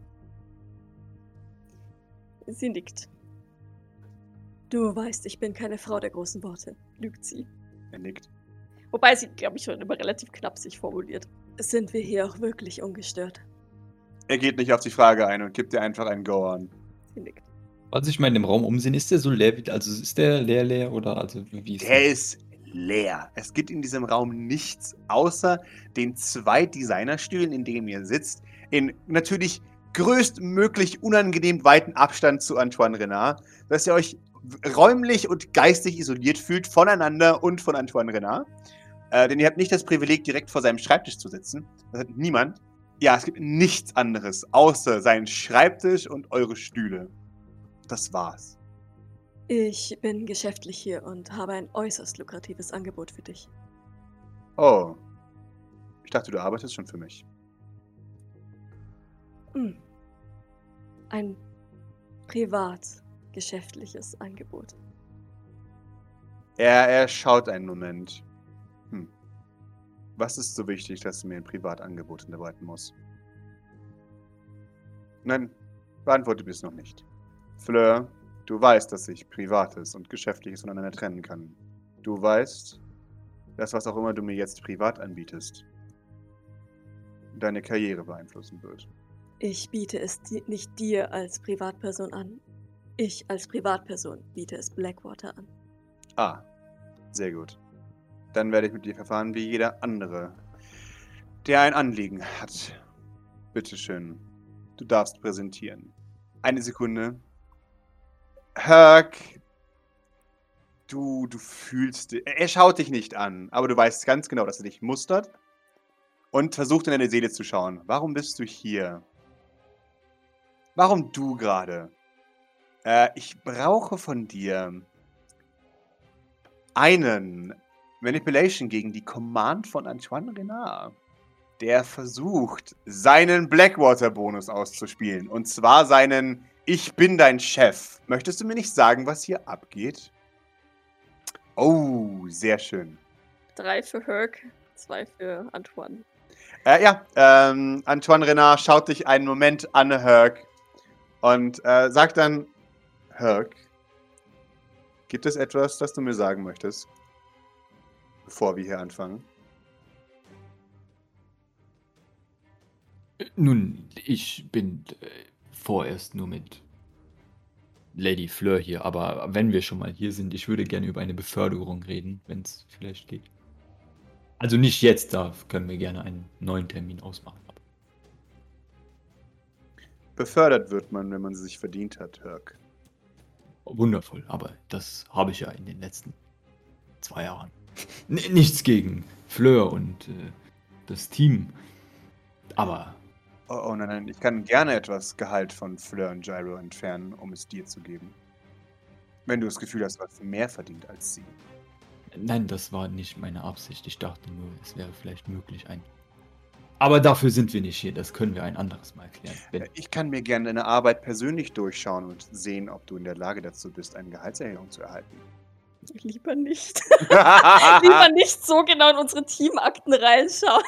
Sie nickt. Du weißt, ich bin keine Frau der großen Worte, lügt sie. Er nickt. Wobei sie, glaube ich, schon immer relativ knapp sich formuliert. Sind wir hier auch wirklich ungestört? Er geht nicht auf die Frage ein und gibt dir einfach ein Go an. Sie nickt. Als ich mal in dem Raum umsehen, ist der so leer, also ist der leer oder also wie ist Der ist leer. Es gibt in diesem Raum nichts außer den 2 Designerstühlen, in denen ihr sitzt, in natürlich größtmöglich unangenehm weiten Abstand zu Antoine Renard, dass ihr euch räumlich und geistig isoliert fühlt voneinander und von Antoine Renard. Denn ihr habt nicht das Privileg, direkt vor seinem Schreibtisch zu sitzen. Das hat niemand. Ja, es gibt nichts anderes außer seinen Schreibtisch und eure Stühle. Das war's. Ich bin geschäftlich hier und habe ein äußerst lukratives Angebot für dich. Oh. Ich dachte, du arbeitest schon für mich. Ein privat-geschäftliches Angebot. Er schaut einen Moment. Was ist so wichtig, dass du mir ein Privatangebot unterbreiten musst? Nein, beantworte bis noch nicht. Fleur, du weißt, dass ich Privates und Geschäftliches voneinander trennen kann. Du weißt, dass was auch immer du mir jetzt privat anbietest, deine Karriere beeinflussen wird. Ich biete es nicht dir als Privatperson an. Ich als Privatperson biete es Blackwater an. Ah, sehr gut. Dann werde ich mit dir verfahren wie jeder andere, der ein Anliegen hat. Bitteschön, du darfst präsentieren. Eine Sekunde. Herc, du fühlst... Er schaut dich nicht an, aber du weißt ganz genau, dass er dich mustert und versucht in deine Seele zu schauen. Warum bist du hier? Warum du gerade? Ich brauche von dir einen Manipulation gegen die Command von Antoine Renard, der versucht, seinen Blackwater-Bonus auszuspielen. Und zwar seinen Ich bin dein Chef. Möchtest du mir nicht sagen, was hier abgeht? Oh, sehr schön. 3 für Herc, 2 für Antoine. Antoine Renard schaut dich einen Moment an, Herc, und sagt dann, Herc, gibt es etwas, das du mir sagen möchtest, bevor wir hier anfangen? Nun, ich bin vorerst nur mit Lady Fleur hier, aber wenn wir schon mal hier sind, ich würde gerne über eine Beförderung reden, wenn es vielleicht geht. Also nicht jetzt, da können wir gerne einen neuen Termin ausmachen. Befördert wird man, wenn man sie sich verdient hat, Herc. Wundervoll, aber das habe ich ja in den letzten 2 Jahren. Nichts gegen Fleur und das Team, aber... Oh nein, ich kann gerne etwas Gehalt von Fleur und Gyro entfernen, um es dir zu geben. Wenn du das Gefühl hast, du hast mehr verdient als sie. Nein, das war nicht meine Absicht. Ich dachte nur, es wäre vielleicht möglich ein... Aber dafür sind wir nicht hier, das können wir ein anderes Mal klären. Ich kann mir gerne deine Arbeit persönlich durchschauen und sehen, ob du in der Lage dazu bist, eine Gehaltserhöhung zu erhalten. Lieber nicht. Lieber nicht so genau in unsere Teamakten reinschauen.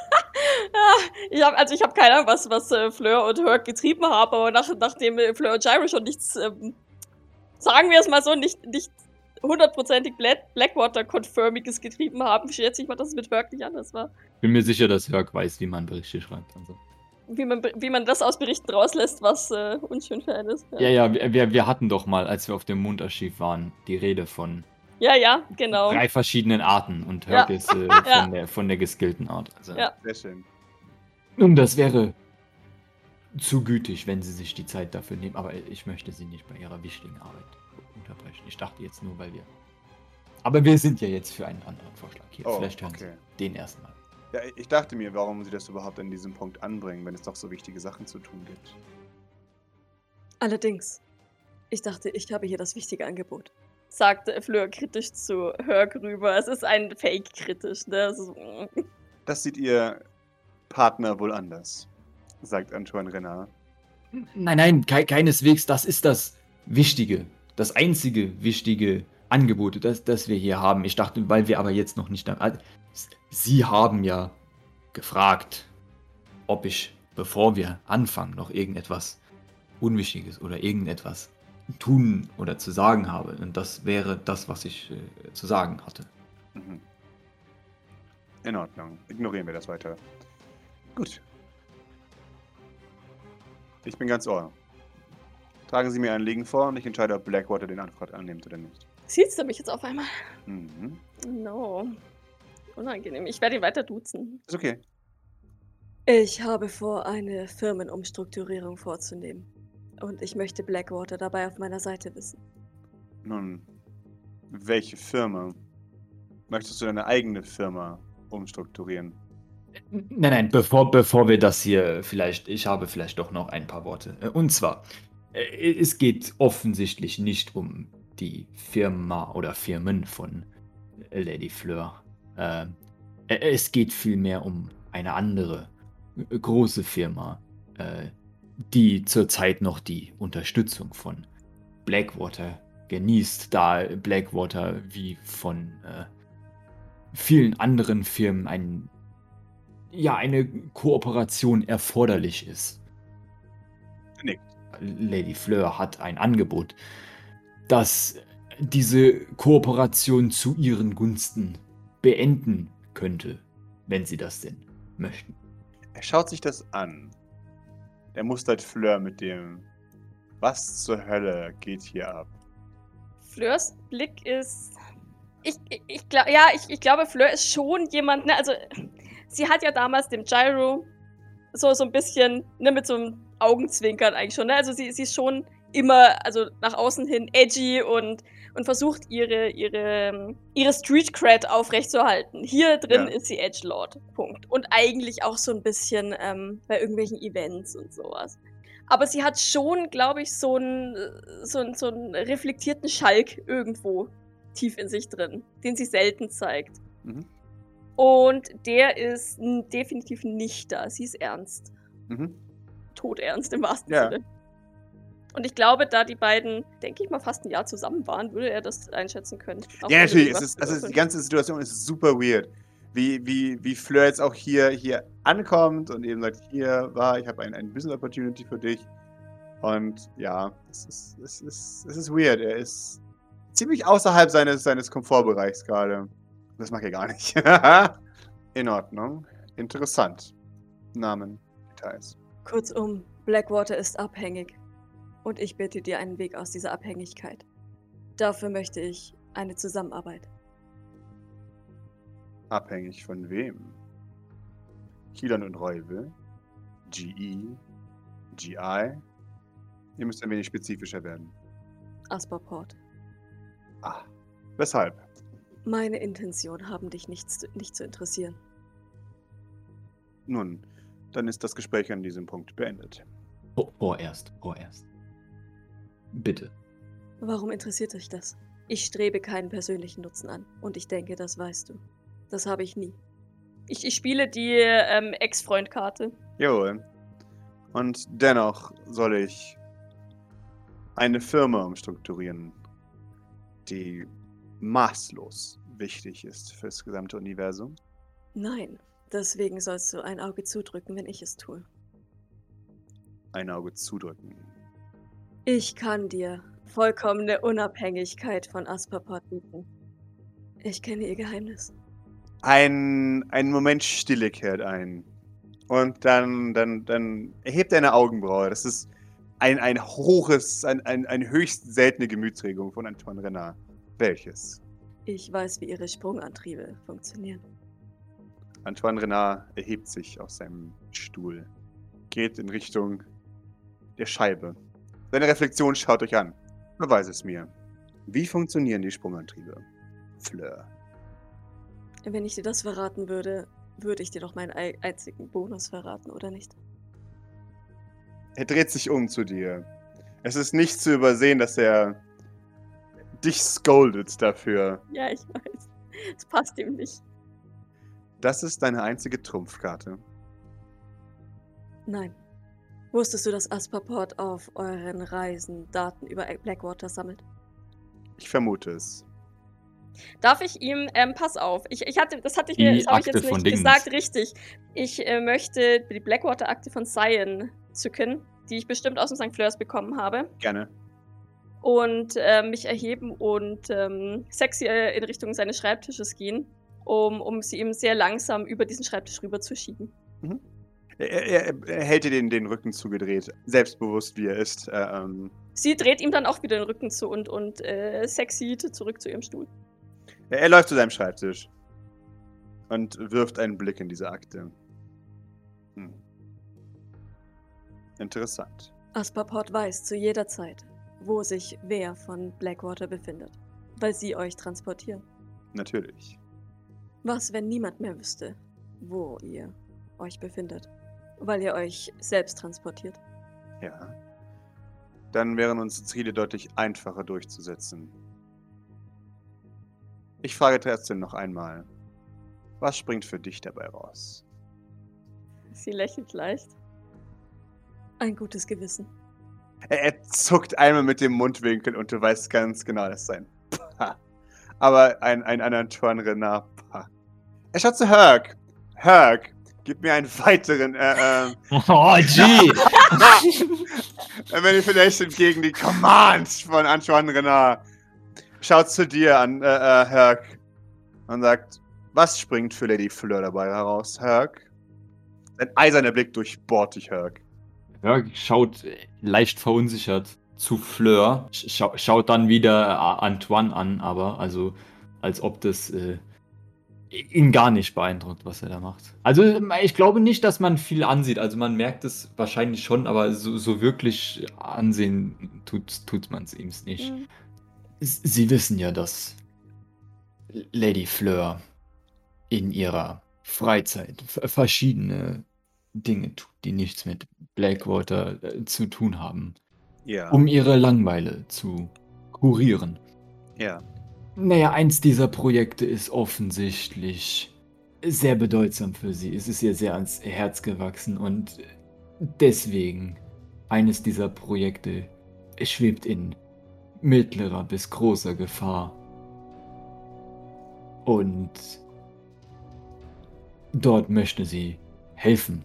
Ich habe keine Ahnung, was Fleur und Herc getrieben haben, aber nachdem Fleur und Gyro schon nichts, sagen wir es mal so, nicht hundertprozentig Blackwater-Confirmiges getrieben haben, schätze ich mal, dass es mit Herc nicht anders war. Bin mir sicher, dass Herc weiß, wie man Berichte schreibt. Also. Wie man das aus Berichten rauslässt, was unschön für einen ist. Ja, wir hatten doch mal, als wir auf dem Mondarchiv waren, die Rede von Ja, genau. 3 verschiedenen Arten und Herc ist von der geskillten Art. Also. Ja. Sehr schön. Nun, das wäre zu gütig, wenn Sie sich die Zeit dafür nehmen, aber ich möchte Sie nicht bei Ihrer wichtigen Arbeit unterbrechen. Ich dachte jetzt nur, weil wir... Aber wir sind ja jetzt für einen anderen Vorschlag hier. Vielleicht hören Sie den erstmal. Ja, ich dachte mir, warum Sie das überhaupt an diesem Punkt anbringen, wenn es doch so wichtige Sachen zu tun gibt. Allerdings, ich dachte, ich habe hier das wichtige Angebot. Sagte Fleur kritisch zu Herc rüber. Es ist ein Fake-kritisch, ne? Das sieht Ihr Partner wohl anders, sagt Antoine Renard. Nein, keineswegs. Das ist das Wichtige. Das einzige wichtige Angebot, das wir hier haben. Ich dachte, weil wir aber jetzt noch nicht... Sie haben ja gefragt, ob ich, bevor wir anfangen, noch irgendetwas Unwichtiges oder irgendetwas tun oder zu sagen habe. Und das wäre das, was ich zu sagen hatte. Mhm. In Ordnung. Ignorieren wir das weiter. Gut. Ich bin ganz Ohr. Tragen Sie mir ein Anliegen vor und ich entscheide, ob Blackwater den Antrag annimmt oder nicht. Siehst du mich jetzt auf einmal? Mhm. No. Unangenehm. Ich werde ihn weiter duzen. Ist okay. Ich habe vor, eine Firmenumstrukturierung vorzunehmen. Und ich möchte Blackwater dabei auf meiner Seite wissen. Nun, welche Firma? Möchtest du deine eigene Firma umstrukturieren? Nein, bevor wir das hier ich habe vielleicht doch noch ein paar Worte. Und zwar, es geht offensichtlich nicht um die Firma oder Firmen von Lady Fleur. Es geht vielmehr um eine andere große Firma, die zurzeit noch die Unterstützung von Blackwater genießt, da Blackwater wie von vielen anderen Firmen eine Kooperation erforderlich ist. Nickt. Lady Fleur hat ein Angebot, das diese Kooperation zu ihren Gunsten beenden könnte, wenn sie das denn möchten. Er schaut sich das an. Der mustert Fleur mit dem. Was zur Hölle geht hier ab? Fleurs Blick ist. Ich glaube, Fleur ist schon jemand, ne, also sie hat ja damals dem Gyro so ein bisschen, ne, mit so einem Augenzwinkern eigentlich schon, ne? Also sie ist schon immer, also nach außen hin edgy und versucht ihre Street Cred aufrechtzuerhalten. Hier drin ist sie Edgelord. Punkt. Und eigentlich auch so ein bisschen bei irgendwelchen Events und sowas. Aber sie hat schon, glaube ich, so einen reflektierten Schalk irgendwo tief in sich drin, den sie selten zeigt. Mhm. Und der ist definitiv nicht da. Sie ist ernst. Mhm. Todernst im wahrsten Ja. Sinne. Und ich glaube, da die beiden, denke ich mal, fast ein Jahr zusammen waren, würde er das einschätzen können. Auch Ja, ohne natürlich. Beobachter. Die ganze Situation ist super weird. Wie Fleur jetzt auch hier ankommt und eben sagt, ich habe ein Business Opportunity für dich. Und ja, es ist weird. Er ist ziemlich außerhalb seines Komfortbereichs gerade. Das mag er gar nicht. In Ordnung. Interessant. Namen, Details. Kurzum, Blackwater ist abhängig. Und ich bitte dir einen Weg aus dieser Abhängigkeit. Dafür möchte ich eine Zusammenarbeit. Abhängig von wem? Kilon und Räube? GE? GI? Ihr müsst ein wenig spezifischer werden. Asperport. Ah, weshalb? Meine Intentionen haben dich nicht zu interessieren. Nun, dann ist das Gespräch an diesem Punkt beendet. Vorerst. Bitte. Warum interessiert dich das? Ich strebe keinen persönlichen Nutzen an. Und ich denke, das weißt du. Das habe ich nie. Ich spiele die Ex-Freund-Karte. Jawohl. Und dennoch soll ich eine Firma umstrukturieren, die maßlos wichtig ist fürs gesamte Universum. Nein, deswegen sollst du ein Auge zudrücken, wenn ich es tue. Ein Auge zudrücken. Ich kann dir vollkommene Unabhängigkeit von Asperport bieten. Ich kenne ihr Geheimnis. Ein Moment Stille kehrt ein. Und dann erhebt er eine Augenbraue. Das ist eine höchst seltene Gemütsregung von Antoine Renard. Welches? Ich weiß, wie ihre Sprungantriebe funktionieren. Antoine Renard erhebt sich aus seinem Stuhl. Geht in Richtung der Scheibe. Seine Reflexion schaut euch an. Beweise es mir. Wie funktionieren die Sprungantriebe? Fleur. Wenn ich dir das verraten würde, würde ich dir doch meinen einzigen Bonus verraten, oder nicht? Er dreht sich um zu dir. Es ist nicht zu übersehen, dass er dich scoldet dafür. Ja, ich weiß. Das passt ihm nicht. Das ist deine einzige Trumpfkarte. Nein. Wusstest du, dass Asperport auf euren Reisen Daten über Blackwater sammelt? Ich vermute es. Darf ich ihm, pass auf, das habe ich Die jetzt Akte von nicht Dingens. gesagt, richtig. Ich möchte die Blackwater-Akte von Cyan zücken, die ich bestimmt aus dem St. Fleurs bekommen habe. Gerne. Und mich erheben und sexy in Richtung seines Schreibtisches gehen, um sie ihm sehr langsam über diesen Schreibtisch rüber zu schieben. Mhm. Er hält dir den Rücken zugedreht, selbstbewusst wie er ist. Sie dreht ihm dann auch wieder den Rücken zu und sexy zurück zu ihrem Stuhl. Er läuft zu seinem Schreibtisch und wirft einen Blick in diese Akte. Interessant. Asperport weiß zu jeder Zeit, wo sich wer von Blackwater befindet, weil sie euch transportieren. Natürlich. Was, wenn niemand mehr wüsste, wo ihr euch befindet, weil ihr euch selbst transportiert? Ja. Dann wären unsere Ziele deutlich einfacher durchzusetzen. Ich frage trotzdem noch einmal. Was springt für dich dabei raus? Sie lächelt leicht. Ein gutes Gewissen. Er zuckt einmal mit dem Mundwinkel und du weißt ganz genau, das ist ein Pah. Aber ein Antoine Renard Pah. Er schaut zu Herc. Herc, gib mir einen weiteren Oh, gee! Manipulation gegen die Commands von Antoine Renard. Schaut zu dir an, Herc. Und sagt, was springt für Lady Fleur dabei heraus, Herc? Ein eiserner Blick durchbohrt dich, Herc. Ja, schaut leicht verunsichert zu Fleur, schaut dann wieder Antoine an, aber also als ob das ihn gar nicht beeindruckt, was er da macht. Also ich glaube nicht, dass man viel ansieht, also man merkt es wahrscheinlich schon, aber so wirklich ansehen tut man es ihm nicht. Mhm. Sie wissen ja, dass Lady Fleur in ihrer Freizeit verschiedene Dinge tut, die nichts mit Blackwater zu tun haben, Ja. um ihre Langeweile zu kurieren. Ja. Naja, eins dieser Projekte ist offensichtlich sehr bedeutsam für sie. Es ist ihr sehr ans Herz gewachsen und deswegen eines dieser Projekte schwebt in mittlerer bis großer Gefahr. Und dort möchte sie helfen.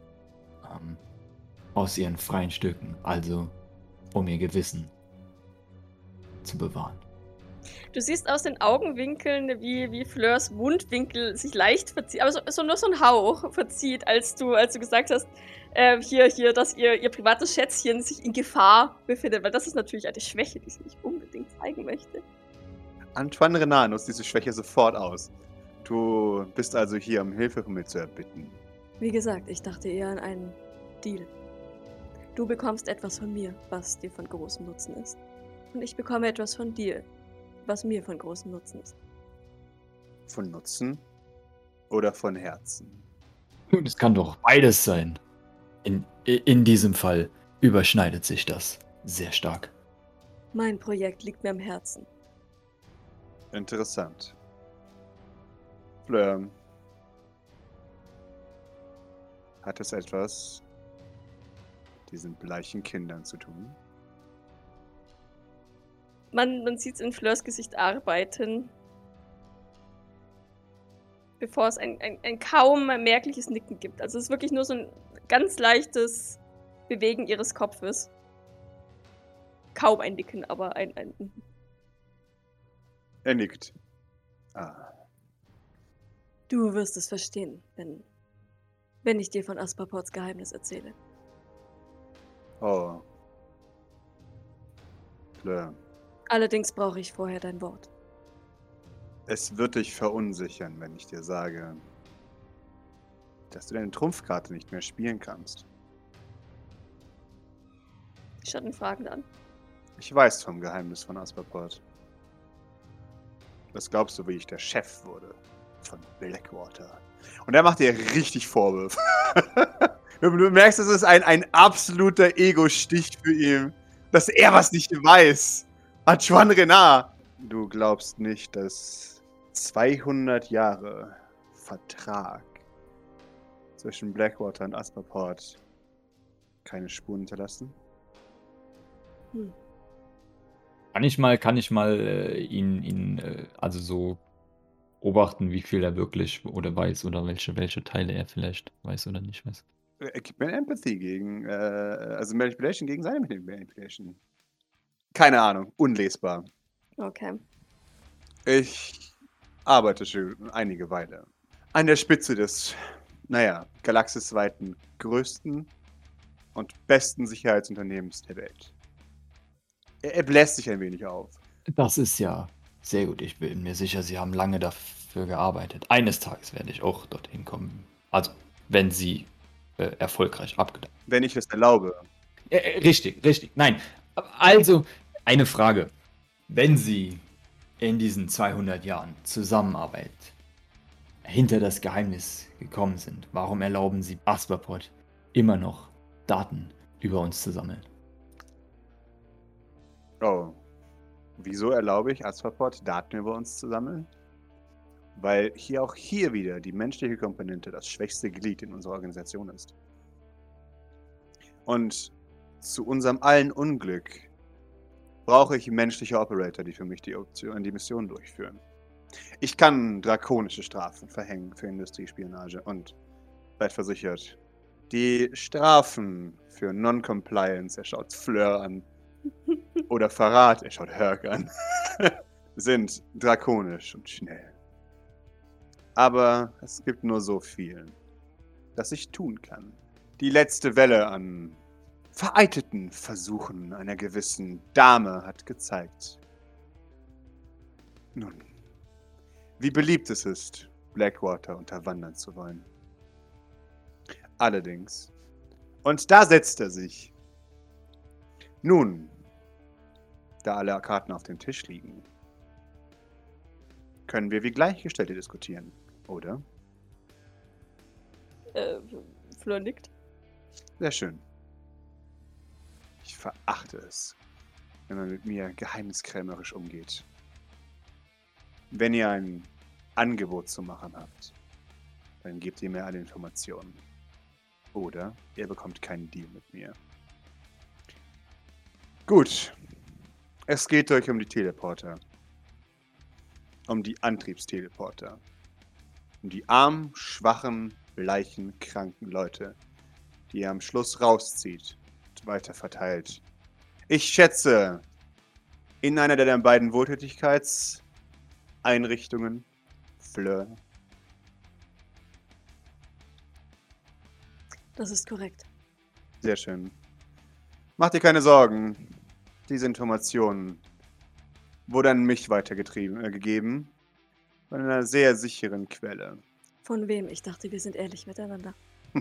Aus ihren freien Stücken, also um ihr Gewissen zu bewahren. Du siehst aus den Augenwinkeln, wie Fleurs Mundwinkel sich leicht verzieht, aber so nur so ein Hauch verzieht, als du gesagt hast, hier, dass ihr privates Schätzchen sich in Gefahr befindet, weil das ist natürlich eine Schwäche, die sie nicht unbedingt zeigen möchte. Antoine Renard nutzt diese Schwäche sofort aus. Du bist also hier, um Hilfe von mir zu erbitten. Wie gesagt, ich dachte eher an einen Deal. Du bekommst etwas von mir, was dir von großem Nutzen ist. Und ich bekomme etwas von dir, was mir von großem Nutzen ist. Von Nutzen oder von Herzen? Nun, es kann doch beides sein. In diesem Fall überschneidet sich das sehr stark. Mein Projekt liegt mir am Herzen. Interessant. Fleur, hat es etwas mit diesen bleichen Kindern zu tun? Man sieht in Fleurs Gesicht arbeiten, bevor es ein kaum merkliches Nicken gibt. Also es ist wirklich nur so ein ganz leichtes Bewegen ihres Kopfes. Kaum ein Nicken, aber ein Er nickt. Ah, Du wirst es verstehen, wenn ich dir von Asperports Geheimnis erzähle. oh. Fleur, Allerdings brauche ich vorher dein Wort. es wird dich verunsichern, wenn ich dir sage, dass du deine Trumpfkarte nicht mehr spielen kannst. Ich schaue ihn fragend an. Ich weiß vom Geheimnis von Asperport. Was glaubst du, wie ich der Chef wurde von Blackwater? Und er macht dir richtig Vorwürfe. Du merkst, es ist ein absoluter Ego-Stich für ihn, dass er was nicht weiß. Antoine Renard. Du glaubst nicht, dass 200 Jahre Vertrag zwischen Blackwater und Asperport keine Spuren hinterlassen? Kann ich mal ihn also so beobachten, wie viel er wirklich oder weiß oder welche Teile er vielleicht weiß oder nicht weiß. Gib mir Empathy gegen, also Manipulation gegen seine Manipulation. Keine Ahnung, unlesbar. Okay. Ich arbeite schon einige Weile an der Spitze des, galaxisweiten größten und besten Sicherheitsunternehmens der Welt. Er bläst sich ein wenig auf. Das ist ja sehr gut. Ich bin mir sicher, Sie haben lange dafür gearbeitet. Eines Tages werde ich auch dorthin kommen. Also, wenn Sie erfolgreich abgedacht. Wenn ich das erlaube. Richtig. Nein. Also, eine Frage. Wenn Sie in diesen 200 Jahren Zusammenarbeit hinter das Geheimnis gekommen sind, warum erlauben Sie Asperport immer noch Daten über uns zu sammeln? Oh. Wieso erlaube ich Asperport, Daten über uns zu sammeln? Weil auch hier wieder die menschliche Komponente das schwächste Glied in unserer Organisation ist. Und zu unserem allen Unglück brauche ich menschliche Operator, die für mich die Mission durchführen. Ich kann drakonische Strafen verhängen für Industriespionage und seid versichert, die Strafen für Non-Compliance, er schaut Fleur an, oder Verrat, er schaut Herc an, sind drakonisch und schnell. Aber es gibt nur so viel, das ich tun kann. Die letzte Welle an vereitelten Versuchen einer gewissen Dame hat gezeigt. Nun, wie beliebt es ist, Blackwater unterwandern zu wollen. Allerdings. Und da setzt er sich. Nun, da alle Karten auf dem Tisch liegen, können wir wie Gleichgestellte diskutieren, oder? Fleur nickt. Sehr schön. Ich verachte es, wenn man mit mir geheimniskrämerisch umgeht. Wenn ihr ein Angebot zu machen habt, dann gebt ihr mir alle Informationen. Oder ihr bekommt keinen Deal mit mir. Gut. Es geht euch um die Teleporter. Um die Antriebsteleporter. Um die armen, schwachen, bleichen, kranken Leute, die ihr am Schluss rauszieht und weiter verteilt. Ich schätze, in einer der beiden Wohltätigkeitseinrichtungen, Fleur. Das ist korrekt. Sehr schön. Macht dir keine Sorgen. Diese Informationen wurden an mich gegeben. Von einer sehr sicheren Quelle. Von wem? Ich dachte, wir sind ehrlich miteinander.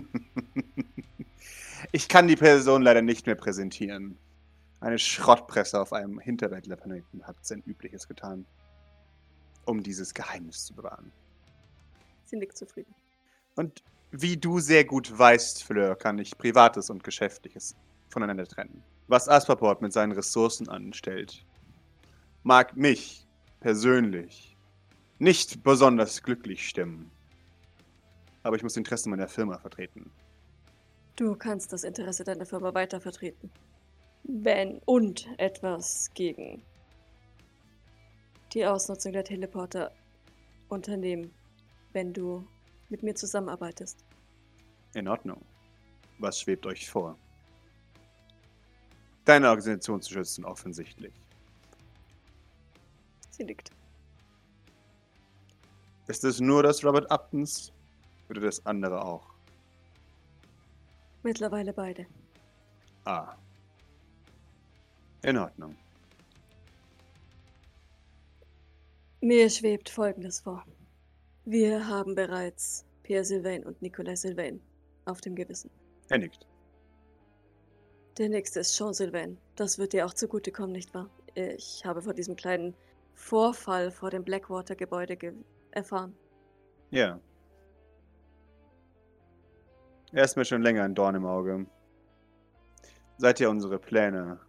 Ich kann die Person leider nicht mehr präsentieren. Eine Schrottpresse auf einem Hinterwäldlerplaneten hat sein Übliches getan, um dieses Geheimnis zu bewahren. Sie nickt zufrieden. Und wie du sehr gut weißt, Fleur, kann ich Privates und Geschäftliches voneinander trennen. Was Asperport mit seinen Ressourcen anstellt, mag mich persönlich nicht besonders glücklich stimmen. Aber ich muss die Interessen meiner Firma vertreten. Du kannst das Interesse deiner Firma weiter vertreten. Wenn und etwas gegen die Ausnutzung der Teleporter unternehmen, wenn du mit mir zusammenarbeitest. In Ordnung. Was schwebt euch vor? Deine Organisation zu schützen, offensichtlich. Sie nickt. Ist es nur das Robert Uptons oder das andere auch? Mittlerweile beide. Ah. In Ordnung. Mir schwebt Folgendes vor. Wir haben bereits Pierre Sylvain und Nicolas Sylvain auf dem Gewissen. Er nickt. Der nächste ist Jean Sylvain. Das wird dir auch zugutekommen, nicht wahr? Ich habe von diesem kleinen Vorfall vor dem Blackwater-Gebäude erfahren. Ja. Er ist mir schon länger ein Dorn im Auge. Seid ihr unsere Pläne?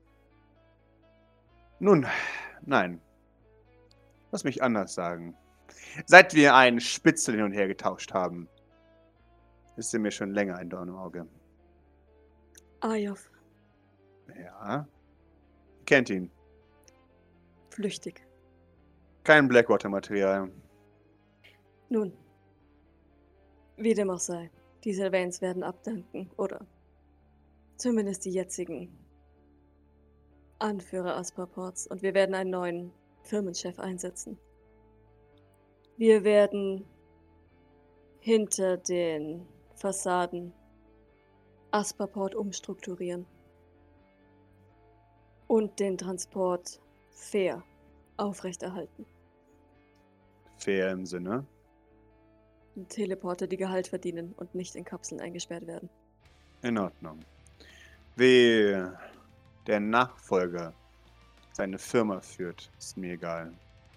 Nun, nein. Lass mich anders sagen. Seit wir einen Spitzel hin und her getauscht haben, ist er mir schon länger ein Dorn im Auge. Ayov. Ja. Kennt ihn. Flüchtig. Kein Blackwater-Material. Nun, wie dem auch sei, die Sylvains werden abdanken, oder zumindest die jetzigen Anführer Asperports, und wir werden einen neuen Firmenchef einsetzen. Wir werden hinter den Fassaden Asperport umstrukturieren und den Transport fair aufrechterhalten. Fair im Sinne. Teleporter, die Gehalt verdienen und nicht in Kapseln eingesperrt werden. In Ordnung. Wie der Nachfolger seine Firma führt, ist mir egal.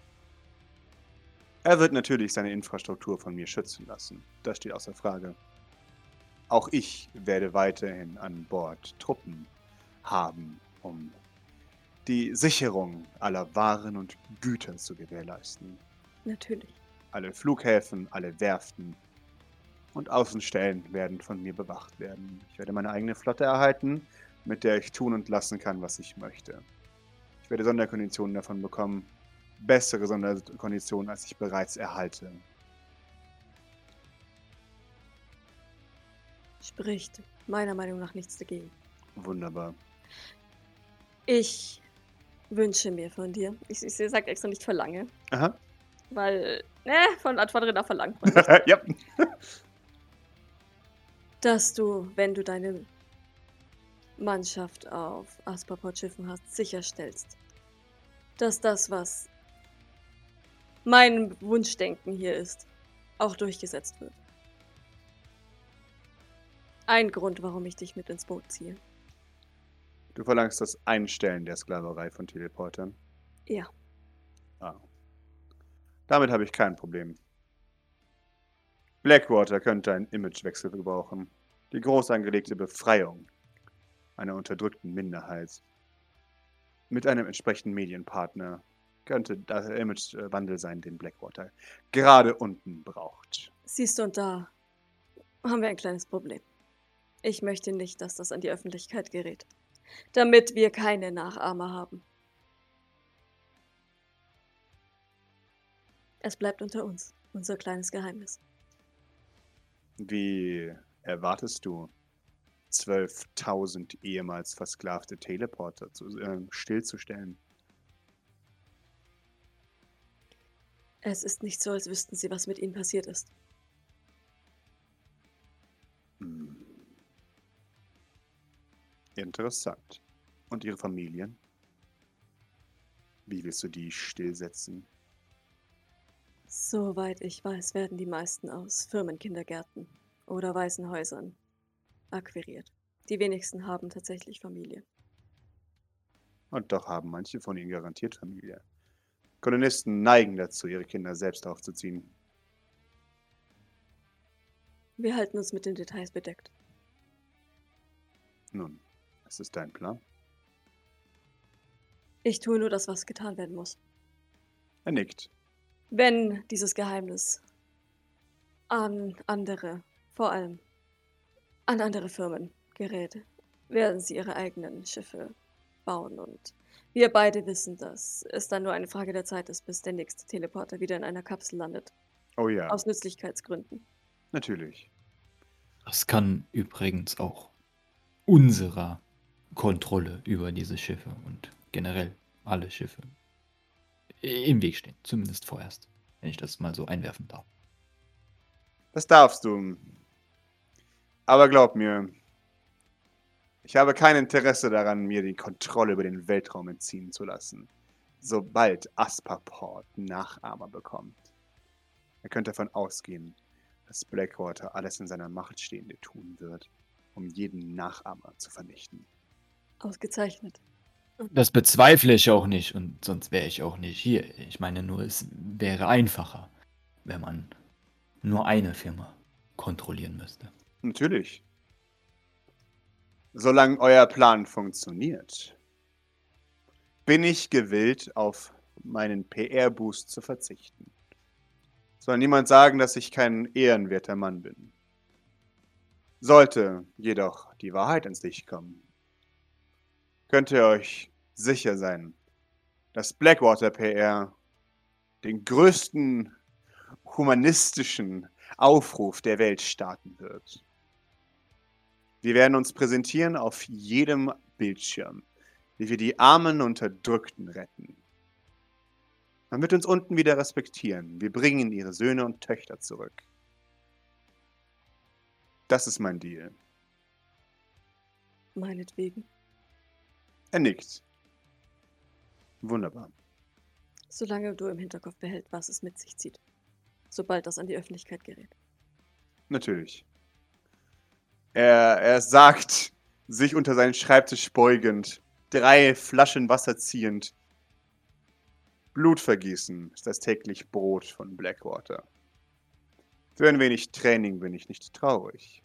Er wird natürlich seine Infrastruktur von mir schützen lassen. Das steht außer Frage. Auch ich werde weiterhin an Bord Truppen haben, um die Sicherung aller Waren und Güter zu gewährleisten. Natürlich. Alle Flughäfen, alle Werften und Außenstellen werden von mir bewacht werden. Ich werde meine eigene Flotte erhalten, mit der ich tun und lassen kann, was ich möchte. Ich werde Sonderkonditionen davon bekommen. Bessere Sonderkonditionen, als ich bereits erhalte. Spricht meiner Meinung nach nichts dagegen. Wunderbar. Ich wünsche mir von dir, ich sage extra nicht verlange, Aha. weil, von Advadrina verlangt man nicht, Ja. dass du, wenn du deine Mannschaft auf Aspaport-Schiffen hast, sicherstellst, dass das, was mein Wunschdenken hier ist, auch durchgesetzt wird. Ein Grund, warum ich dich mit ins Boot ziehe. Du verlangst das Einstellen der Sklaverei von Teleportern? Ja. Ah. Damit habe ich kein Problem. Blackwater könnte einen Imagewechsel gebrauchen. Die groß angelegte Befreiung einer unterdrückten Minderheit. Mit einem entsprechenden Medienpartner könnte der Imagewandel sein, den Blackwater gerade unten braucht. Siehst du, und da haben wir ein kleines Problem. Ich möchte nicht, dass das an die Öffentlichkeit gerät, damit wir keine Nachahmer haben. Es bleibt unter uns, unser kleines Geheimnis. Wie erwartest du, 12.000 ehemals versklavte Teleporter stillzustellen? Es ist nicht so, als wüssten sie, was mit ihnen passiert ist. Hm. Interessant. Und ihre Familien? Wie willst du die stillsetzen? Soweit ich weiß, werden die meisten aus Firmenkindergärten oder Waisenhäusern akquiriert. Die wenigsten haben tatsächlich Familie. Und doch haben manche von ihnen garantiert Familie. Kolonisten neigen dazu, ihre Kinder selbst aufzuziehen. Wir halten uns mit den Details bedeckt. Nun, es ist dein Plan. Ich tue nur das, was getan werden muss. Er nickt. Wenn dieses Geheimnis an andere, vor allem an andere Firmen gerät, werden sie ihre eigenen Schiffe bauen. Und wir beide wissen, dass es dann nur eine Frage der Zeit ist, bis der nächste Teleporter wieder in einer Kapsel landet. Oh ja, Aus Nützlichkeitsgründen. natürlich. Das kann übrigens auch unserer Kontrolle über diese Schiffe und generell alle Schiffe im Weg stehen. Zumindest vorerst, wenn ich das mal so einwerfen darf. Das darfst du. Aber glaub mir, ich habe kein Interesse daran, mir die Kontrolle über den Weltraum entziehen zu lassen, sobald Aspaport Nachahmer bekommt. Er könnte davon ausgehen, dass Blackwater alles in seiner Macht Stehende tun wird, um jeden Nachahmer zu vernichten. Ausgezeichnet. Das bezweifle ich auch nicht und sonst wäre ich auch nicht hier. Ich meine nur, es wäre einfacher, wenn man nur eine Firma kontrollieren müsste. Natürlich. Solange euer Plan funktioniert, bin ich gewillt, auf meinen PR-Boost zu verzichten. Soll niemand sagen, dass ich kein ehrenwerter Mann bin. Sollte jedoch die Wahrheit ins Licht kommen, könnt ihr euch sicher sein, dass Blackwater PR den größten humanistischen Aufruf der Welt starten wird. Wir werden uns präsentieren auf jedem Bildschirm, wie wir die armen Unterdrückten retten. Man wird uns unten wieder respektieren. Wir bringen ihre Söhne und Töchter zurück. Das ist mein Deal. Meinetwegen. Er nickt. Wunderbar. Solange du im Hinterkopf behältst, was es mit sich zieht. Sobald das an die Öffentlichkeit gerät. Natürlich. Er sagt, sich unter seinen Schreibtisch beugend, 3 Flaschen Wasser ziehend. Blutvergießen ist das täglich Brot von Blackwater. Für ein wenig Training bin ich nicht traurig.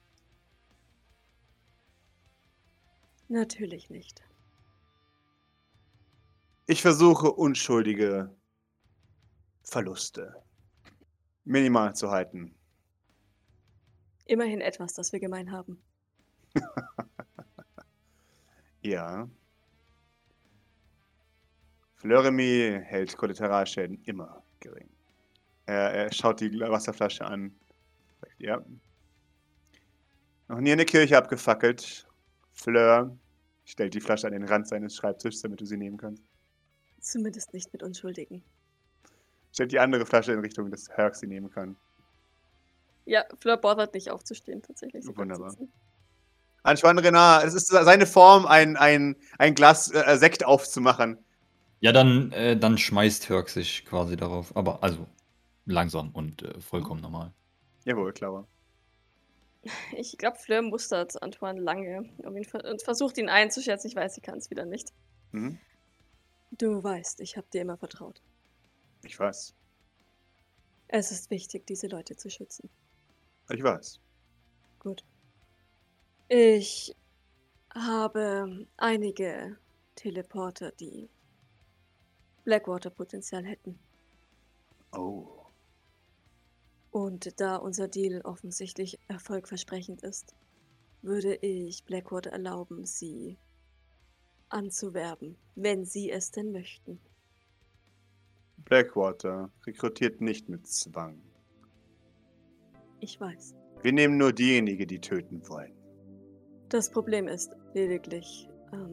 Natürlich nicht. Ich versuche unschuldige Verluste minimal zu halten. Immerhin etwas, das wir gemein haben. Ja. Fleuremy hält Kollateralschäden immer gering. Er schaut die Wasserflasche an. Sagt, ja. Noch nie eine Kirche abgefackelt. Fleur stellt die Flasche an den Rand seines Schreibtisches, damit du sie nehmen kannst. Zumindest nicht mit Unschuldigen. Stellt die andere Flasche in Richtung, dass Herc sie nehmen kann. Ja, Fleur bothert nicht aufzustehen, tatsächlich. Sie bleibt Wunderbar. sitzen. Antoine Renard, es ist seine Form, ein Glas Sekt aufzumachen. Ja, dann schmeißt Herc sich quasi darauf. Aber also langsam und vollkommen normal. Jawohl, klar. Ich glaube, Fleur mustert Antoine lange und versucht ihn einzuschätzen. Ich weiß, sie kann es wieder nicht. Mhm. Du weißt, ich habe dir immer vertraut. Ich weiß. Es ist wichtig, diese Leute zu schützen. Ich weiß. Gut. Ich habe einige Teleporter, die Blackwater-Potenzial hätten. Oh. Und da unser Deal offensichtlich erfolgversprechend ist, würde ich Blackwater erlauben, sie anzuwerben, wenn sie es denn möchten. Blackwater rekrutiert nicht mit Zwang. Ich weiß. Wir nehmen nur diejenigen, die töten wollen. Das Problem ist lediglich,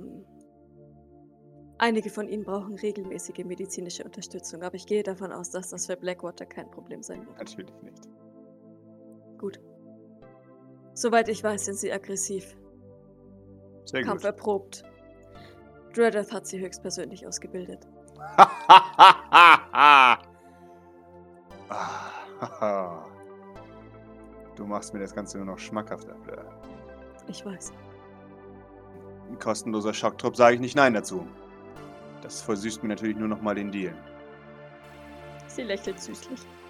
einige von ihnen brauchen regelmäßige medizinische Unterstützung, aber ich gehe davon aus, dass das für Blackwater kein Problem sein wird. Natürlich nicht. Gut. Soweit ich weiß, sind sie aggressiv, Sehr gut. kampferprobt. Dreadeth hat sie höchstpersönlich ausgebildet. Du machst mir das Ganze nur noch schmackhafter, Fleur. Ich weiß. Ein kostenloser Schocktrupp sage ich nicht nein dazu. Das versüßt mir natürlich nur noch mal den Deal. Sie lächelt süßlich.